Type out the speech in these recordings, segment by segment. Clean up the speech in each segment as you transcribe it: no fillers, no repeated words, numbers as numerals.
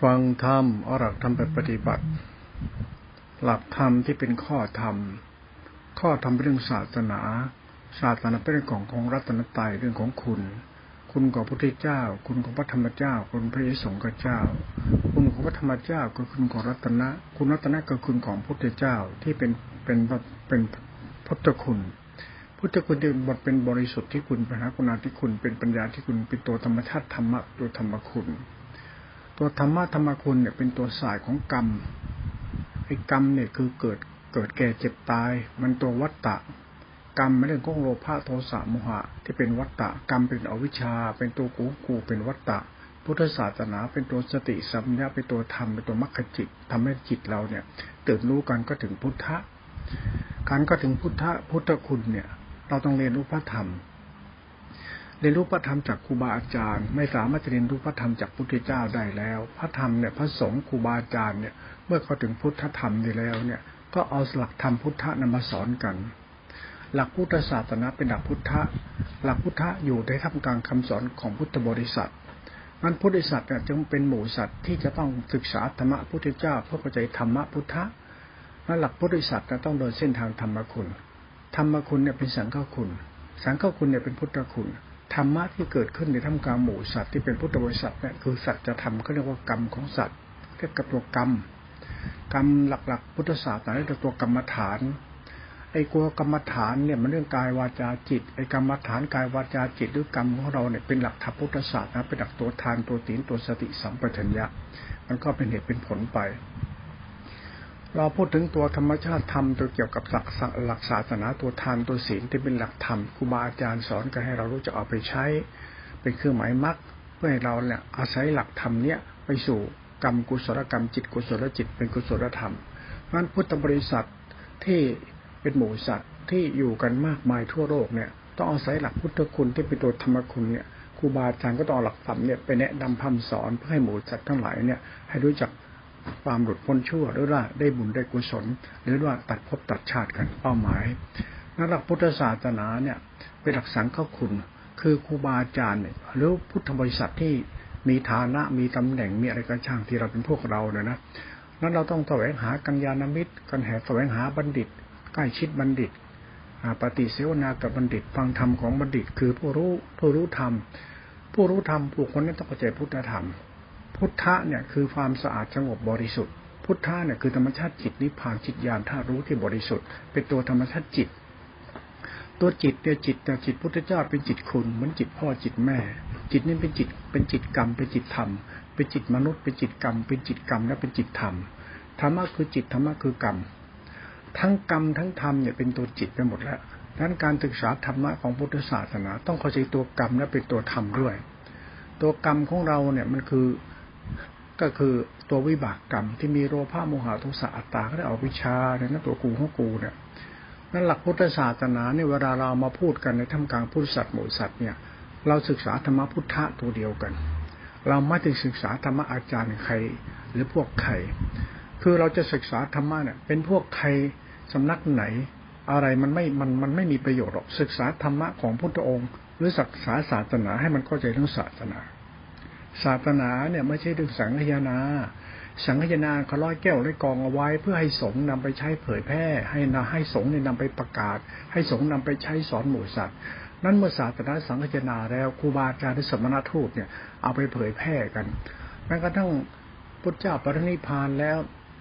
ฟังธรรมเอาหลักธรรมไปปฏิบัติหลักธรรมที่เป็นข้อธรรมเป็นเรื่องศาสนาเป็นเรื่องของรัตนตรัยเรื่องของคุณของพระพุทธเจ้าคุณของพระธรรมเจ้าคุณพระสงฆ์เจ้าคุณของพระธรรมเจ้าก็คุณของรัตนะคุณรัตนะก็คุณของพุทธเจ้าที่เป็นพุทธคุณที่เป็นบริสุทธิ์ที่คุณพระหกุณาธิคุณเป็นปัญญาที่คุณเป็นตัวธรรมชาติธรรมะตัวธรรมคุณตัวธรรมะคุณเนี่ยเป็นตัวสายของกรรมไอ้กรรมเนี่ยคือเกิดแก่เจ็บตายมันตัววัฏฏะกรรมเป็นเรื่องของโลภะโทสะโมหะที่เป็นวัฏฏะกรรมเป็นอวิชชาเป็นตัวกูเป็นวัฏฏะพุทธศาสนาเป็นตัวสติสัมปชัญญะเป็นตัวธรรมเป็นตัวมรรคจิตทำให้จิตเราเนี่ยตื่นรู้กันก็ถึงพุทธะการก็ถึงพุทธคุณเนี่ยเราต้องเรียนรู้พระธรรมเรียนรู้พระธรรมจากครูบาอาจารย์ไม่สามารถจะเรียนรู้พระธรรมจากพุทธเจ้าได้แล้วพระธรรมเนี่ยพระสงฆ์ครูบาอาจารย์เนี่ยเมื่อเขาถึงพุทธธรรมได้แล้วเนี่ยก็เอาหลักธรรมพุทธะนำมาสอนกันหลักพุทธศาสนาเป็นหลักพุทธะอยู่ในท่ามกลางคำสอนของพุทธบริษัทนั้นพุทธบริษัทเนี่ยจึงเป็นหมู่สัตว์ที่จะต้องศึกษาธรรมะพุทธเจ้าเพื่อเข้าใจธรรมะพุทธะนั้นหลักพุทธบริษัทต้องเดินเส้นทางธรรมคุณเนี่ยเป็นสังฆคุณเนี่ยเป็นพุทธคุณธรรมะที่เกิดขึ้นในท่ามกลางหมู่สัตว์ที่เป็นพุทธบริษัทเนี่ยคือสัจธรรมเขาเรียกว่ากรรมของสัตว์เรียกกับตัวกรรมหลักๆพุทธศาสนาเรียกตัวกรรมฐานไอ้ตัวกรรมฐานเนี่ยมันเรื่องกายวาจาจิตไอ้กรรมฐานกายวาจาจิตหรือกรรมของเราเนี่ยเป็นหลักธรรมพุทธศาสนาเป็นหลักตัวทานตัวศีลตัวสติสัมปชัญญะมันก็เป็นเหตุเป็นผลไปเราพูดถึงตัวธรรมชาติธรรมตัวเกี่ยวกับหลักศาสนาตัวทานตัวศีลที่เป็นหลักธรรมครูบาอาจารย์สอนกันให้เรารู้จักเอาไปใช้เป็นเครื่องหมายมรรคเพื่อให้เราเนี่ยอาศัยหลักธรรมเนี้ยไปสู่กรรมกุศลกรรมจิตกุศลจิตเป็นกุศลธรรมนั้นพุทธบริษัทที่เป็นหมู่สัตว์ที่อยู่กันมากมายทั่วโลกเนี่ยต้องอาศัยหลักพุทธคุณที่เป็นตัวธรรมคุณเนี่ยครูบาอาจารย์ก็ต้องเอาหลักธรรมเนี่ยไปแนะนำพร่ำสอนเพื่อให้หมู่สัตว์ทั้งหลายเนี่ยให้รู้จักความหลุดพ้นชั่วหรือว่าได้บุญได้กุศลหรือว่าตัดภพตัดชาติกันเป้าหมายนั้นหลักพุทธศาสนาเนี่ยเป็นหลักสังฆคุณคือครูบาอาจารย์เนี่ยหรือพุทธบริษัทที่มีฐานะมีตำแหน่งมีอะไรก็ช่างที่เราเป็นพวกเราเนี่ยนะนั้นเราต้องแสวงหากัลยาณมิตรกันแสวงหาบัณฑิตใกล้ชิดบัณฑิตปฏิเสวนากับบัณฑิตฟังธรรมของบัณฑิตคือผู้รู้ธรรมผู้คนนั้นต้องเข้าใจพุทธธรรมพุทธะเนี่ยคือความสะอาดสงบบริสุทธิ์พุทธะเนี่ยคือธรรมชาติจิตนิพพานจิตญาณธาตุรู้ที่บริสุทธิ์เป็นตัวธรรมชาติจิตตัวจิตเนี่ยจิตพุทธเจ้าเป็นจิตคุณเหมือนจิตพ่อจิตแม่จิตนี่เป็นจิตกรรมเป็นจิตธรรมเป็นจิตมนุษย์เป็นจิตกรรมเป็นจิตกรรมและเป็นจิตธรรมธรรมะคือจิตธรรมะคือกรรมทั้งกรรมทั้งธรรมเนี่ยเป็นตัวจิตไปหมดแล้วดังนั้นการศึกษาธรรมะของพุทธศาสนาต้องเข้าใจตัวกรรมและเป็นตัวธรรมด้วยตัวกรรมของเราเนี่ยมันก็คือตัววิบากกรรมที่มีโลภะโมหะโทสะอัตตาก็ได้อวิชชาเนี่ยนะตัวกูของกูเนี่ยนั่นหลักพุทธศาสนาเนี่ยเวลาเรามาพูดกันในท่ามกลางพุทธสัตว์หมู่สัตว์เนี่ยเราศึกษาธรรมะพุทธะตัวเดียวกันเราไม่ได้ศึกษาธรรมะอาจารย์ใครหรือพวกใครคือเราจะศึกษาธรรมะเนี่ยเป็นพวกใครสำนักไหนอะไรมันไม่มีประโยชน์หรอกศึกษาธรรมะของพุทธองค์หรือศึกษาศาสนาให้มันเข้าใจเรื่องศาสนาเนี่ยไม่ใช่เรื่องสังฆยนาเขาร้อยแก้วร้อยกองเอาไว้เพื่อให้สงฆ์นำไปใช้เผยแพร่ให้สงฆ์เนี่ยนำไปประกาศให้สงฆ์นำไปใช้สอนหมู่สัตว์นั้นเมื่อศาสนาสังฆยนาแล้วครูบาอาจารย์หรือสมณทูตเนี่ยเอาไปเผยแพร่กันแม้กระทั่งพุทธเจ้าปรินิพพานแล้ว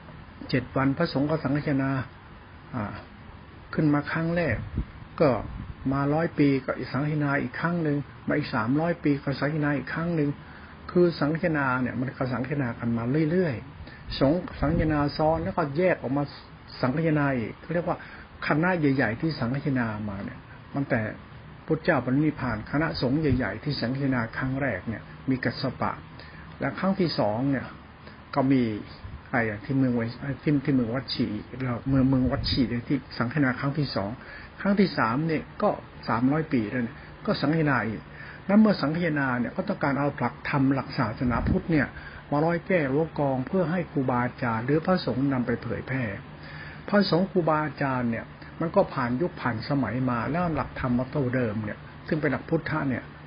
7 วันพระสงฆ์ก็สังฆยนาขึ้นมาครั้งแรกก็มา100 ปีก็สังฆยนาอีกครั้งนึงมาอีก300 ปีก็สังฆยนาอีกครั้งนึงคือสังฆนาเนี่ยมันก็สังฆนากันมาเรื่อยๆสังฆนาซ้อนแล้วก็แยกออกมาสังฆนาอีกเขาเรียกว่าคณะใหญ่ๆที่สังฆนามาเนี่ยตั้งแต่พุทธเจ้าปรินิพพานคณะสงฆ์ใหญ่ๆที่สังฆนาครั้งแรกเนี่ยมีกัสสปะและครั้งที่2เนี่ยก็มีใครที่เมืองวัดฉีเราเมืองวัดฉีที่สังฆนาครั้งที่2ครั้งที่3เนี่ยก็300 ปีแล้วเนี่ยก็สังฆนาอีกแล้วเมื่อสังฆนาเนี่ยก็ต้องการเอาหลักธรรมหลักศาสนาพุทธเนี่ยมาร้อยแก้วกองเพื่อให้ครูบาอาจารย์หรือพระสงฆ์นำไปเผยแพร่พระสงฆ์ครูบาอาจารย์เนี่ยมันก็ผ่านยุคผ่านสมัยมาแล้วหลักธรรมมาเท่าเดิมเนี่ยซึ่งเป็นหลักพุทธะเนี่ย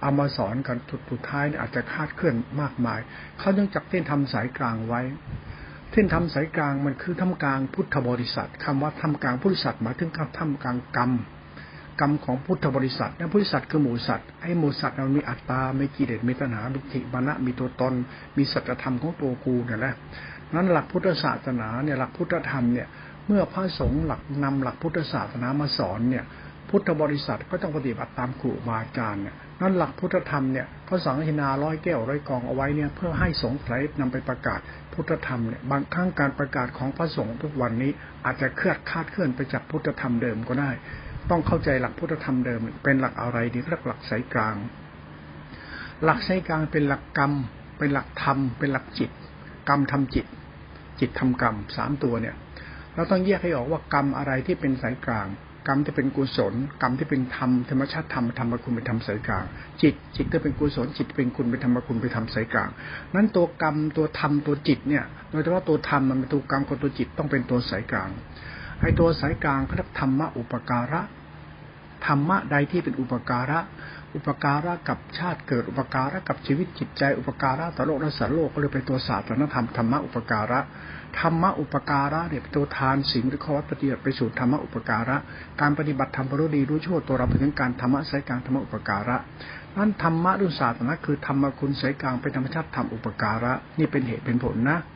เอามาสอนกันสุดท้ายเนี่ยอาจจะคาดเคลื่อนมากมายเขาต้องจับเส้นทำสายกลางไว้เส้นทำสายกลางมันคือทำกลางพุทธบริษัทคำว่าทำกลางพุทธสัตว์หมายถึงทำกลางกรรมของพุทธบริษัทและพุทธสัตว์คือหมู่สัตว์ไอ้หมู่สัตว์มันมีอัตตามีกิเลสมีตัณหามีทิฏฐิมานะมีตัวตนมีสัจธรรมของตัวกูเนี่ยแหละนั้นหลักพุทธศาสนาเนี่ยหลักพุทธธรรมเนี่ยเมื่อพระสงฆ์นำหลักพุทธศาสนามาสอนเนี่ยพุทธบริษัทก็ต้องปฏิบัติตามครูบาอาจารย์เนี่ยนั้นหลักพุทธธรรมเนี่ยพระสังฆนาร้อยแก้วร้อยกองเอาไว้เนี่ยเพื่อให้สงฆ์นำไปประกาศพุทธธรรมเนี่ยบางครั้งการประกาศของพระสงฆ์ทุกวันนี้อาจจะคาดเคลื่อนไปจากพุทธธรรมเดิมก็ได้ต้องเข้าใจหลักพุทธธรรมเดิมเป็นหลักอะไรดีเรียกหลักสายกลางหลักสายกลางเป็นหลักกรรมเป็นหลักธรรมเป็นหลักจิตกรรมทำจิตจิตทำกรรม3ตัวเนี่ยเราต้องแยกให้ออกว่ากรรมอะไรที่เป็นสายกลางกรรมที่เป็นกุศลกรรมที่เป็นธรรมธรรมชาติธรรมธรรมคุณเป็นธรรมสายกลางจิตที่เป็นกุศลจิตเป็นคุณเป็นธรรมคุณเป็นธรรมสายกลางนั้นตัวกรรมตัวธรรมตัวจิตเนี่ยโดยเฉพาะตัวธรรมมันเป็นตัวกรรมกับตัวจิตต้องเป็นตัวสายกลางไอ้ตัวสายกลางเขาเรียกธรรมะอุปการะธรรมะใดที่เป็นอุปการะกับชาติเกิดอุปการะกับชีวิตจิตใจอุปการะต่อโลกและสัตว์โลกก็เลยเป็นตัวศาสตร์ธรรมธรรมะอุปการะธรรมะอุปการะเนี่ยเป็นตัวทานศีลหรือข้อวัดปฏิบัติไปสู่ธรรมะอุปการะการปฏิบัติธรรมรู้ดีรู้ชั่วตัวเราเป็นการธรรมะสายกลางธรรมะอุปการะนั่นธรรมะดุศาสตร์นะคือธรรมคุณสายกลางเป็นธรรมชาติธรรมอุปการะนี่เป็นเหตุเป็นผลนะ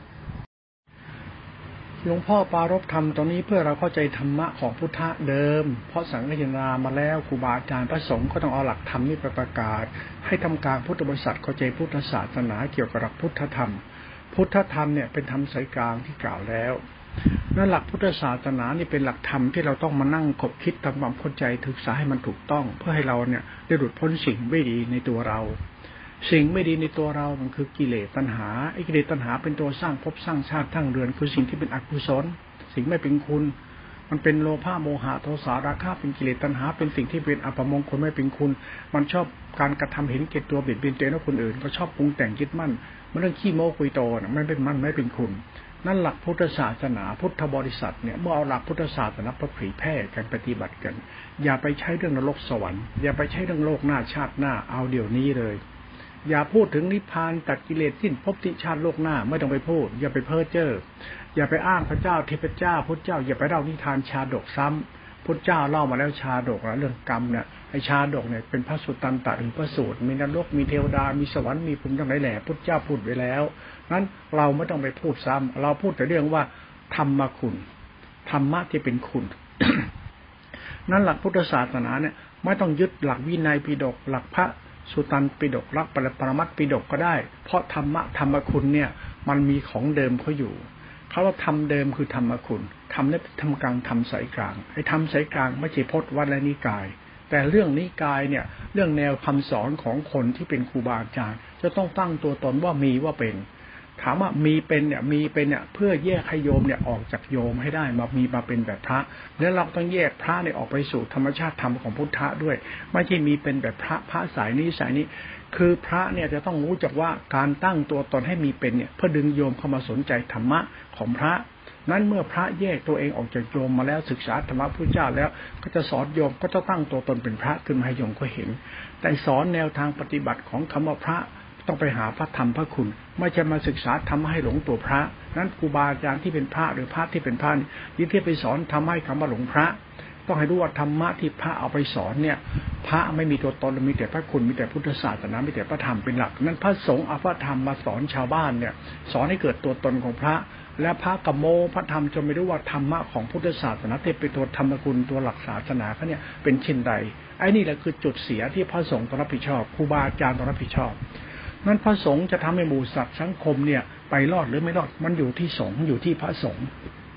หลวงพ่อปารภธรรมตรงนี้เพื่อเราเข้าใจธรรมะของพุทธะเดิมเพราะสังฆนามาแล้วครูบาอาจารย์พระสงฆ์ก็ต้องเอาหลักธรรมนี้ไปประกาศให้ทำการพุทธบริษัทเข้าใจพุทธศาสนาเกี่ยวกับหลักพุทธธรรมพุทธธรรมเนี่ยเป็นธรรมสายกลางที่กล่าวแล้วนั่นหลักพุทธศาสนานี่เป็นหลักธรรมที่เราต้องมานั่งคบคิดทำความเข้าใจศึกษาให้มันถูกต้องเพื่อให้เราเนี่ยได้หลุดพ้นสิ่งไม่ดีในตัวเราสิ่งไม่ดีในตัวเรามันคือกิเลสตัณหาไอ้กิเลสตัณหาเป็นตัวสร้างภพสร้างชาติทั้งเรือนคือสิ่งที่เป็นอกุศลสิ่งไม่เป็นคุณมันเป็นโลภะโมหะโทสะราคะเป็นกิเลสตัณหาเป็นสิ่งที่เป็นอัปมงคลไม่เป็นคุณมันชอบการกระทำเห็นแก่ตัวเบียดเบียนตัวเองและคนอื่นก็ชอบปรุงแต่งยึดมั่นมันเรื่องขี้โม้คุยโตนะไม่เป็นมั่นไม่เป็นคุณนั่นหลักพุทธศาสนาพุทธบริษัทเนี่ยเมื่อเอาหลักพุทธศาสนาไปเผยแพร่กันปฏิบัติกันอย่าไปใช้เรื่องนรกสวรรค์อย่าไปใช้เรื่องโลกหน้าชาติหน้าเอาเดี๋ยวนี้เลยอย่าพูดถึงนิพพานตัดกิเลสสิ้นภพติชาติโลกหน้าไม่ต้องไปพูดอย่าไปเพ้อเจ้ออย่าไปอ้างพระเจ้าเทพเจ้าพุทธเจ้าอย่าไปเล่านิทานชาดกซ้ำพุทธเจ้าเล่ามาแล้วชาดกเรื่องกรรมเนี่ยไอชาดกเนี่ยเป็นพระสุตตันตหรือพระสูตรมีนรกมีเทวดามีสวรรค์มีภูมิทั้งหลายแหล่พุทธเจ้าพูดไว้แล้วนั้นเราไม่ต้องไปพูดซ้ำเราพูดแต่เรื่องว่าธรรมคุณธรรมะที่เป็นคุณ นั้นหลักพุทธศาสนาเนี่ยไม่ต้องยึดหลักวินัยปิฎกหลักพระสุตตันปิฎกหลักปรมัตถ์ปิฎกก็ได้เพราะธรรมคุณเนี่ยมันมีของเดิมเขาอยู่เขาว่าธรรมเดิมคือธรรมคุณธรรมนี้ทำกลางธรรมสายกลางไอ้ธรรมสายกลางไม่ใช่พจน์วัดและนิกายแต่เรื่องนิกายเนี่ยเรื่องแนวคำสอนของคนที่เป็นครูบาอาจารย์จะต้องตั้งตัวตนว่ามีว่าเป็นถามว่ามีเป็นเนี่ยเพื่อแยกให้โยมเนี่ยออกจากโยมให้ได้มาเป็นแบบพระแล้วเราต้องแยกพระเนี่ยออกไปสู่ธรรมชาติธรรมของพุทธะด้วยไม่ใช่มีเป็นแบบพระสายนี้คือพระเนี่ยจะต้องรู้จักว่าการตั้งตัวตนให้มีเป็นเนี่ยเพื่อดึงโยมเข้ามาสนใจธรรมะของพระนั้นเมื่อพระแยกตัวเองออกจากโยมมาแล้วศึกษาธรรมะพุทธเจ้าแล้วก็จะสอนโยมก็จะตั้งตัวตนเป็นพระขึ้นมาให้โยมก็เห็นแต่สอนแนวทางปฏิบัติของคำว่าพระต้องไปหาพระธรรมพระคุณไม่ใช่มาศึกษาทำให้หลงตัวพระนั้นครูบาอาจารย์ที่เป็นพระหรือพระที่เป็นพระยิ่งที่ไปสอนทำให้คำว่าหลงพระต้องให้รู้ว่าธรรมะที่พระเอาไปสอนเนี่ยพระไม่มีตัวตนมีแต่พระคุณมีแต่พุทธศาสนามีแต่พระธรรมเป็นหลักนั้นพระสงฆ์เอาพระธรรมมาสอนชาวบ้านเนี่ยสอนให้เกิดตัวตนของพระและพระกโมพระธรรมจนไม่รู้ว่าธรรมะของพุทธศาสนาที่เป็นตัวธรรมคุณตัวหลักศาสนาเขาเนี่ยเป็นเช่นใดไอ้นี่แหละคือจุดเสียที่พระสงฆ์ต้องรับผิดชอบครูบาอาจารย์ต้องรับผิดชอบนั้นพระสงฆ์จะทำให้หมู่สัตว์สังคมเนี่ยไปรอดหรือไม่รอดมันอยู่ที่สงฆ์อยู่ที่พระสงฆ์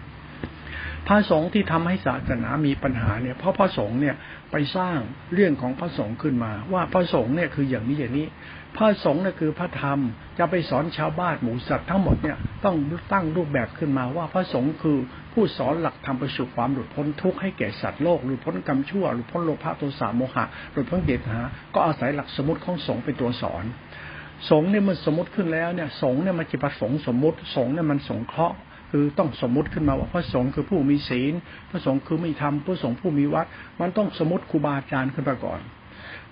ที่ทำให้ศาสนามีปัญหาเนี่ยเพราะพระสงฆ์เนี่ยไปสร้างเรื่องของพระสงฆ์ขึ้นมาว่าพระสงฆ์เนี่ยคืออย่างนี้พระสงฆ์เนี่ยคือพระธรรมจะไปสอนชาวบ้านหมู่สัตว์ทั้งหมดเนี่ยต้องตั้งรูปแบบขึ้นมาว่าพระสงฆ์คือผู้สอนหลักธรรมไปสู่ความหลุดพ้นทุกข์ให้แก่สัตว์โลกหลุดพ้นกรรมชั่วหลุดพ้นโลภะโทสะโมหะหลุดพ้นกิเลสก็อาศัยหลักสมมติของสงฆ์เป็นตัวสอนสงฆ์เนี่ยมันสมมติขึ้นแล้วเนี่ยสงฆ์เนี่ยมันจะประสงค์สมมติสงฆ์เนี่ยมันสงเคราะห์คือต้องสมมติขึ้นมาว่าพระสงฆ์คือผู้มีศีลพระสงฆ์คือมีธรรมพระสงฆ์ผู้มีวัดมันต้องสมมติครูบาอาจารย์ขึ้นมาก่อน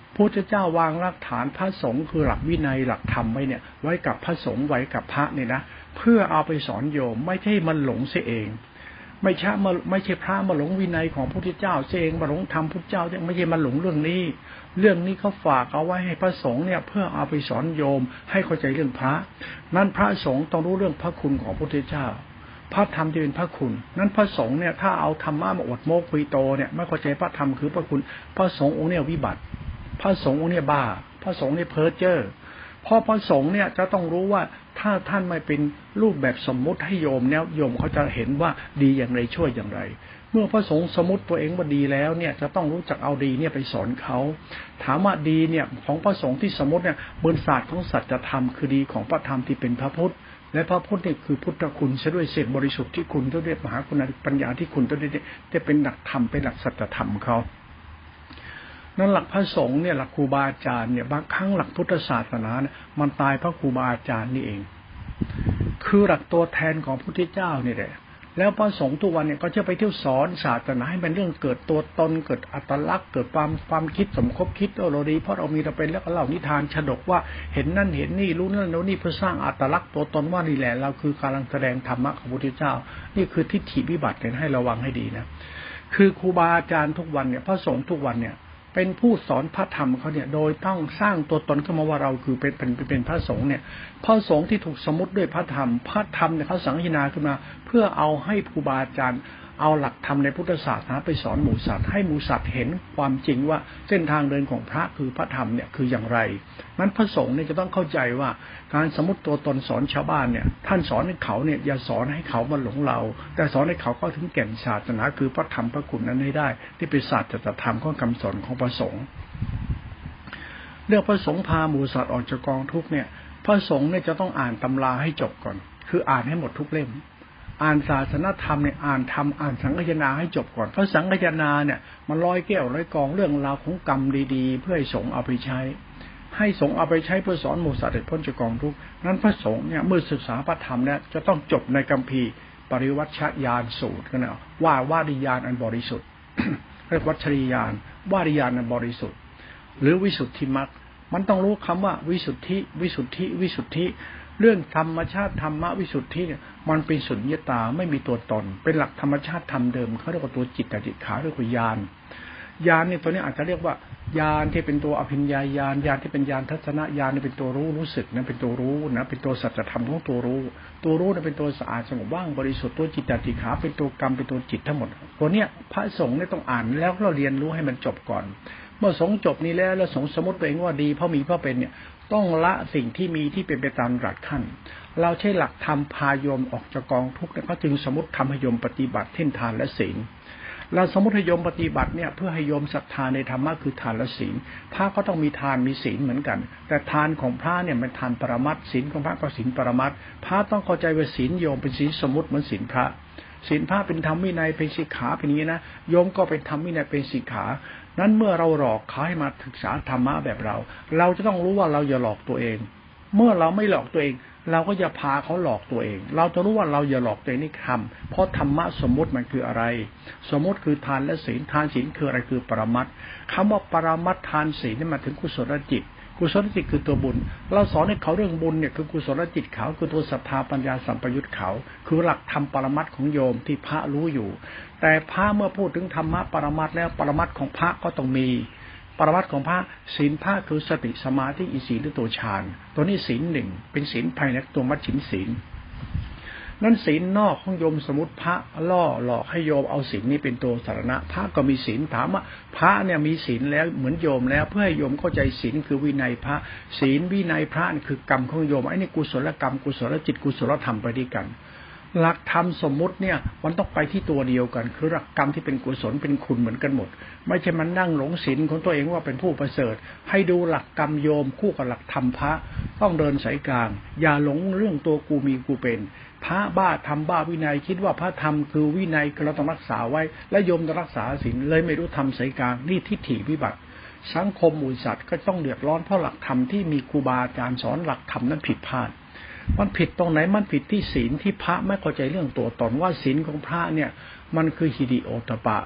พุทธเจ้าวางรากฐานพระสงฆ์คือหลักวินัยหลักธรรมไว้เนี่ยไว้กับพระสงฆ์ไว้กับพระเนี่ยนะเพื่อเอาไปสอนโยมไม่ใช่มันหลงเสียเองไม่ใช่พระมาหลงวินัยของพระพุทธเจ้าเองมาหลงธรรมพุทธเจ้าเนี่ยไม่ใช่มาหลงเรื่องนี้เขาฝากเอาไว้ให้พระสงฆ์เนี่ยเพื่อเอาไปสอนโยมให้เข้าใจเรื่องพระนั้นพระสงฆ์ต้องรู้เรื่องพระคุณของพระพุทธเจ้าพระธรรมที่เป็นพระคุณนั้นพระสงฆ์เนี่ยถ้าเอาธรรมะมาอวดโม้คุยโตเนี่ยไม่เข้าใจพระธรรมคือพระคุณพระสงฆ์องค์เนี่ยวิบัติพระสงฆ์องค์เนี่ยบ้าพระสงฆ์เนี่ยเพ้อเจ้อเพราะพระสงฆ์เนี่ยจะต้องรู้ว่าถ้าท่านไม่เป็นรูปแบบสมมุติให้โยมเนี่ยโยมเขาจะเห็นว่าดีอย่างไรช่วยอย่างไรเมื่อพระสงฆ์สมมุติตัวเองว่าดีแล้วเนี่ยจะต้องรู้จักเอาดีเนี่ยไปสอนเขาถามว่าดีเนี่ยของพระสงฆ์ที่สมมุติเนี่ยบนศาสตร์ของสัจธรรมคือดีของพระธรรมที่เป็นพระพุทธและพระพุทธนี่คือพุทธคุณซะด้วยเศษบริสุทธิ์ที่คุณต้องเรียกมหาคุณปัญญาที่คุณต้องได้เป็นหลักธรรมเป็นหลักสัจธรรมเขานั่นหลักพระสงฆ์เนี่ยหลักครูบาอาจารย์เนี่ยบางครั้งหลักพุทธศาสนาเนี่ยมันตายเพราะครูบาอาจารย์นี่เองคือหลักตัวแทนของพระพุทธเจ้านี่แหละแล้วพระสงฆ์ทุกวันเนี่ยก็จะไปเที่ยวสอนศาสนาให้เป็นเรื่องเกิดตัวตนเกิดอัตลักษณ์เกิดความคิดสมคบคิดเราดีเพราะเรามีเราเป็นแล้วก็เล่านิทานฉดกว่าเห็นนั่นเห็นนี่รู้นั่นรู้นี่เพื่อสร้างอัตลักษณ์ตัวตนว่านี่แหละเราคือการแสดงธรรมะของพระพุทธเจ้านี่คือทิฏฐิวิบัติเนี่ยให้ระวังให้ดีนะคือครูบาอาจารย์ทุกวันเนี่ยพระสงฆ์ทุกวันเนี่ยเป็นผู้สอนพระธรรมเขาเนี่ยโดยต้องสร้างตัวตนขึ้นมาว่าเราคือเป็นพระสงฆ์เนี่ยพระสงฆ์ที่ถูกสมมุติด้วยพระธรรมเนี่ยเขาสังฆนาขึ้นมาเพื่อเอาให้ครูบาอาจารย์เอาหลักธรรมในพุทธศาสนาไปสอนหมู่สัตว์ให้หมู่สัตว์เห็นความจริงว่าเส้นทางเดินของพระคือพระธรรมเนี่ยคืออย่างไรนั้นพระสงฆ์เนี่ยจะต้องเข้าใจว่าการสมมติตัวตนสอนชาวบ้านเนี่ยท่านสอนให้เขาเนี่ยอย่าสอนให้เขามาหลงเราแต่สอนให้เขาเข้าถึงแก่นศาสนาคือพระธรรมพระคุณนั้นให้ได้ที่เป็นศาสตร์ธรรมของคำสอนของพระสงฆ์เรื่องพระสงฆ์พาหมู่สัตว์ออกจากกองทุกข์เนี่ยพระสงฆ์เนี่ยจะต้องอ่านตำราให้จบก่อนคืออ่านให้หมดทุกเล่มอ่านศาสนธรรมเนี่ยอ่านธรรมอ่านสังฆนาให้จบก่อนเพราะสังฆนาเนี่ยมันร้อยแก้วร้อยกองเรื่องราวของกรรมดีๆเพื่อให้สงฆ์เอาไปใช้ให้สงฆ์เอาไปใช้เพื่อสอนหมู่สัตว์ให้พ้นจากกองทุกข์นั้นพระสงฆ์เนี่ยเมื่อศึกษาพระธรรมเนี่ยจะต้องจบในคัมภีร์ปริวัชญาณสูตรกันนะว่าดิญาณอันบริสุทธิ์ เรียกวัชริยานว่าดิญาณอันบริสุทธิ์หรือวิสุทธิมรรคมันต้องรู้คำว่าวิสุทธิเรื่องธรรมชาติธรรมวิสุทธิเนี่ยมันเป็นสุญญตาไม่มีตัวตนเป็นหลักธรรมชาติธรรมเดิมเขาเรียกว่าตัวจิตติขาเรียกว่าญาณเนี่ยตัวนี้อาจจะเรียกว่าญาณที่เป็นตัวอภิญญาญาณที่เป็นญาณทัศนะญาณนี่เป็นตัวรู้สึกนะเป็นตัวรู้นะเป็นตัวสัจธรรมของตัวรู้เนี่ยเป็นตัวสะอาดสงบว่างบริสุทธิ์ตัวจิตติขาเป็นตัวกรรมเป็นตัวจิตทั้งหมดตัวเนี้ยพระสงฆ์เนี่ยต้องอ่านแล้วเราเรียนรู้ให้มันจบก่อนเมื่อสงฆ์จบนี้แล้วสงฆ์สมมติตัวเองว่าดีเพราะมีเพราะเป็นเนี่ยต้องละสิ่งที่มีที่เป็นไปตามหลักขั้นเราใช้หลักธรรมพาโยมออกจากกองทุกข์แล้วก็จึงสมมติทำให้โยมปฏิบัติเท่นทานและศีลเราสมมติให้โยมปฏิบัติเนี่ยเพื่อให้โยมศรัทธาในธรรมะคือทานและศีลพระก็ต้องมีทานมีศีลเหมือนกันแต่ทานของพระเนี่ยมันทานปรมัตถ์ศีลของพระก็ศีลปรมัตถ์พระต้องเข้าใจว่าศีลโยมเป็นศีลสมมติเหมือนศีลพระศีลพระเป็นธรรมวินัยเป็นสิกขาเป็นอย่างนี้นะโยมก็เป็นธรรมวินัยเป็นสิกขานั้นเมื่อเราหลอกเขาให้มาศึกษาธรรมะแบบเราจะต้องรู้ว่าเราอย่าหลอกตัวเองเมื่อเราไม่หลอกตัวเองเราก็จะพาเขาหลอกตัวเองเราจะรู้ว่าเราอย่าหลอกตัวเองนี่ทำเพราะธรรมะสมมติมันคืออะไรสมมติคือทานและศีลทานศีลคืออะไรคือปรมัตถ์คำว่าปรมัตถ์ทานศีลนี่มาถึงกุศลจิตกุศลจิตคือตัวบุญเราสอนให้เขาเรื่องบุญเนี่ยคือกุศลจิตเขาคือตัวศรัทธาปัญญาสัมปยุตเขาคือหลักธรรมปรมัตถ์ของโยมที่พระรู้อยู่แต่พระเมื่อพูดถึงธรรมะปรมัตถ์แล้วปรมัตถ์ของพระก็ต้องมีปรมัตถ์ของพระศีลพระคือสติสมาธิอิสีหรือตัวฌานตัวนี้ศีลหนึ่งเป็นศีลภายในตัวมัชฌิมศีลนั้นศีลนอกของโยมสมมติพระล่อหลอกให้โยมเอาศีลนี้เป็นตัวสรณะพระก็มีศีลถามว่าพระเนี่ยมีศีลแล้วเหมือนโยมแล้วเพื่อให้โยมเข้าใจศีลคือวินัยพระศีลวินัยพระคือกรรมของโยมไอ้นี่กุศลกรรมกุศลจิตกุศลธรรมไปด้วยกันหลักธรรมสมมุติเนี่ยมันต้องไปที่ตัวเดียวกันคือหลักกรรมที่เป็นกุศลเป็นคุณเหมือนกันหมดไม่ใช่มันนั่งหลงศีลของตัวเองว่าเป็นผู้ประเสริฐให้ดูหลักกรรมโยมคู่กับหลักธรรมพระต้องเดินสายกลางอย่าหลงเรื่องตัวกูมีกูเป็นพระบ้าทำบ้าวินัยคิดว่าพระธรรมคือวินัยเราต้องรักษาไว้และโยมต้องรักษาศีลเลยไม่รู้ทำสายกลางนี่ทิฏฐิวิบัติสังคมหมู่สัตว์ก็ต้องเดือดร้อนเพราะหลักธรรมที่มีครูบาอาจารย์สอนหลักธรรมนั้นผิดพลาดมันผิดตรงไหนมันผิดที่ศีลที่พระไม่เข้าใจเรื่องตัวตนว่าศีลของพระเนี่ยมันคือหิริโอตปะ